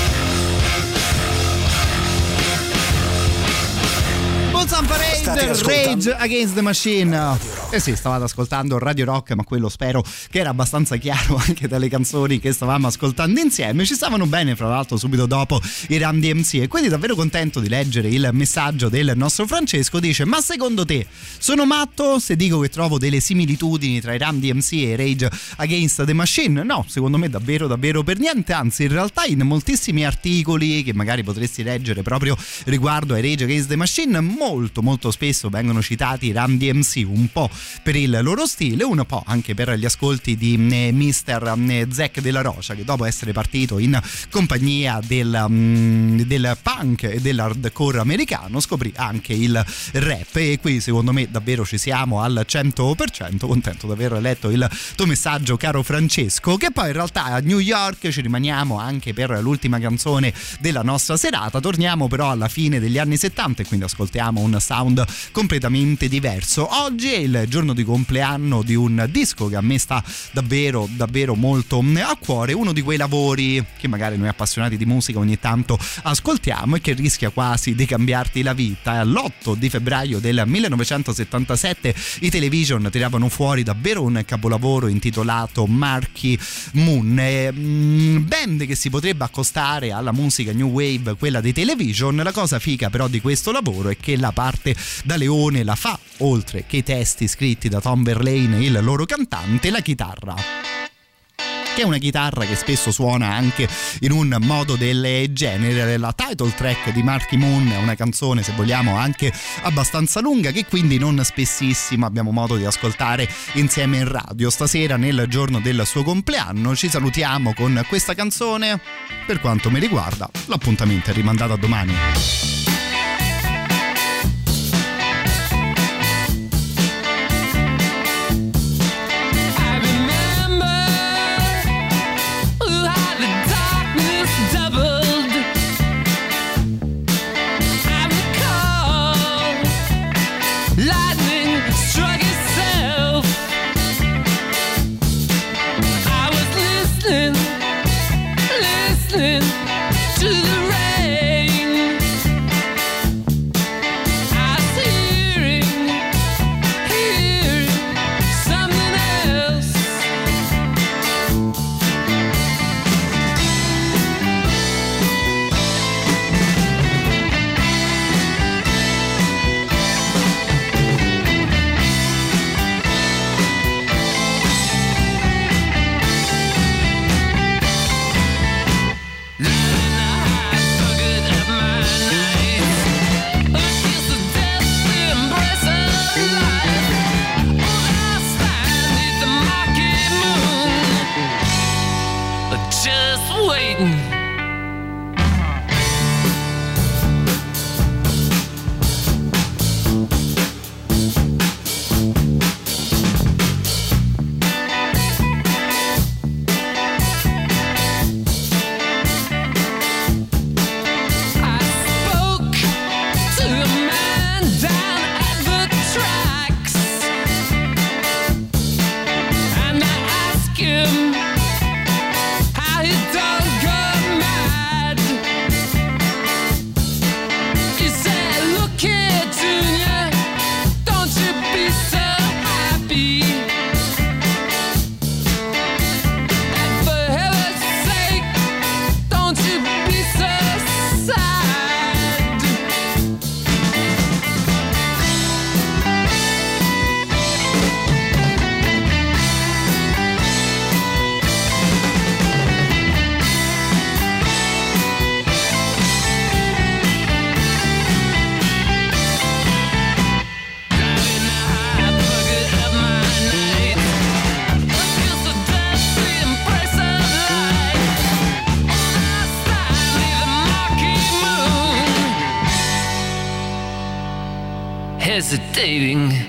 Bulls on State Parade, ascoltando. Rage Against the Machine. Eh sì, stavate ascoltando Radio Rock, ma quello spero che era abbastanza chiaro anche dalle canzoni che stavamo ascoltando insieme. Ci stavano bene, fra l'altro, subito dopo i Run D M C, e quindi davvero contento di leggere il messaggio del nostro Francesco. Dice: ma secondo te sono matto se dico che trovo delle similitudini tra i Run D M C e Rage Against the Machine? No, secondo me davvero davvero per niente, anzi in realtà in moltissimi articoli che magari potresti leggere proprio riguardo ai Rage Against the Machine molto molto spesso vengono citati i Run D M C, un po' per il loro stile, un po' anche per gli ascolti di eh, mister eh, Zack della Rocha, che dopo essere partito in compagnia del, mm, del punk e dell'hardcore americano scoprì anche il rap, e qui secondo me davvero ci siamo al cento per cento. Contento di aver letto il tuo messaggio, caro Francesco, che poi in realtà a New York ci rimaniamo anche per l'ultima canzone della nostra serata. Torniamo però alla fine degli anni settanta e quindi ascoltiamo un sound completamente diverso. Oggi è il giorno di compleanno di un disco che a me sta davvero davvero molto a cuore, uno di quei lavori che magari noi appassionati di musica ogni tanto ascoltiamo e che rischia quasi di cambiarti la vita. L'otto di febbraio del millenovecentosettantasette i Television tiravano fuori davvero un capolavoro intitolato Marquee Moon, band che si potrebbe accostare alla musica new wave, quella dei Television. La cosa figa però di questo lavoro è che la parte da leone la fa, oltre che i testi scritti da Tom Verlaine, il loro cantante, la chitarra, che è una chitarra che spesso suona anche in un modo del genere. La title track di Marquee Moon è una canzone, se vogliamo, anche abbastanza lunga, che quindi non spessissimo abbiamo modo di ascoltare insieme in radio. Stasera, nel giorno del suo compleanno, ci salutiamo con questa canzone. Per quanto mi riguarda, l'appuntamento è rimandato a domani. To the rain, hesitating.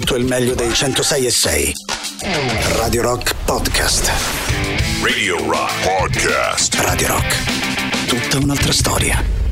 tutto il meglio dei centosei e sei. Radio Rock Podcast. Radio Rock Podcast. Radio Rock. Tutta un'altra storia.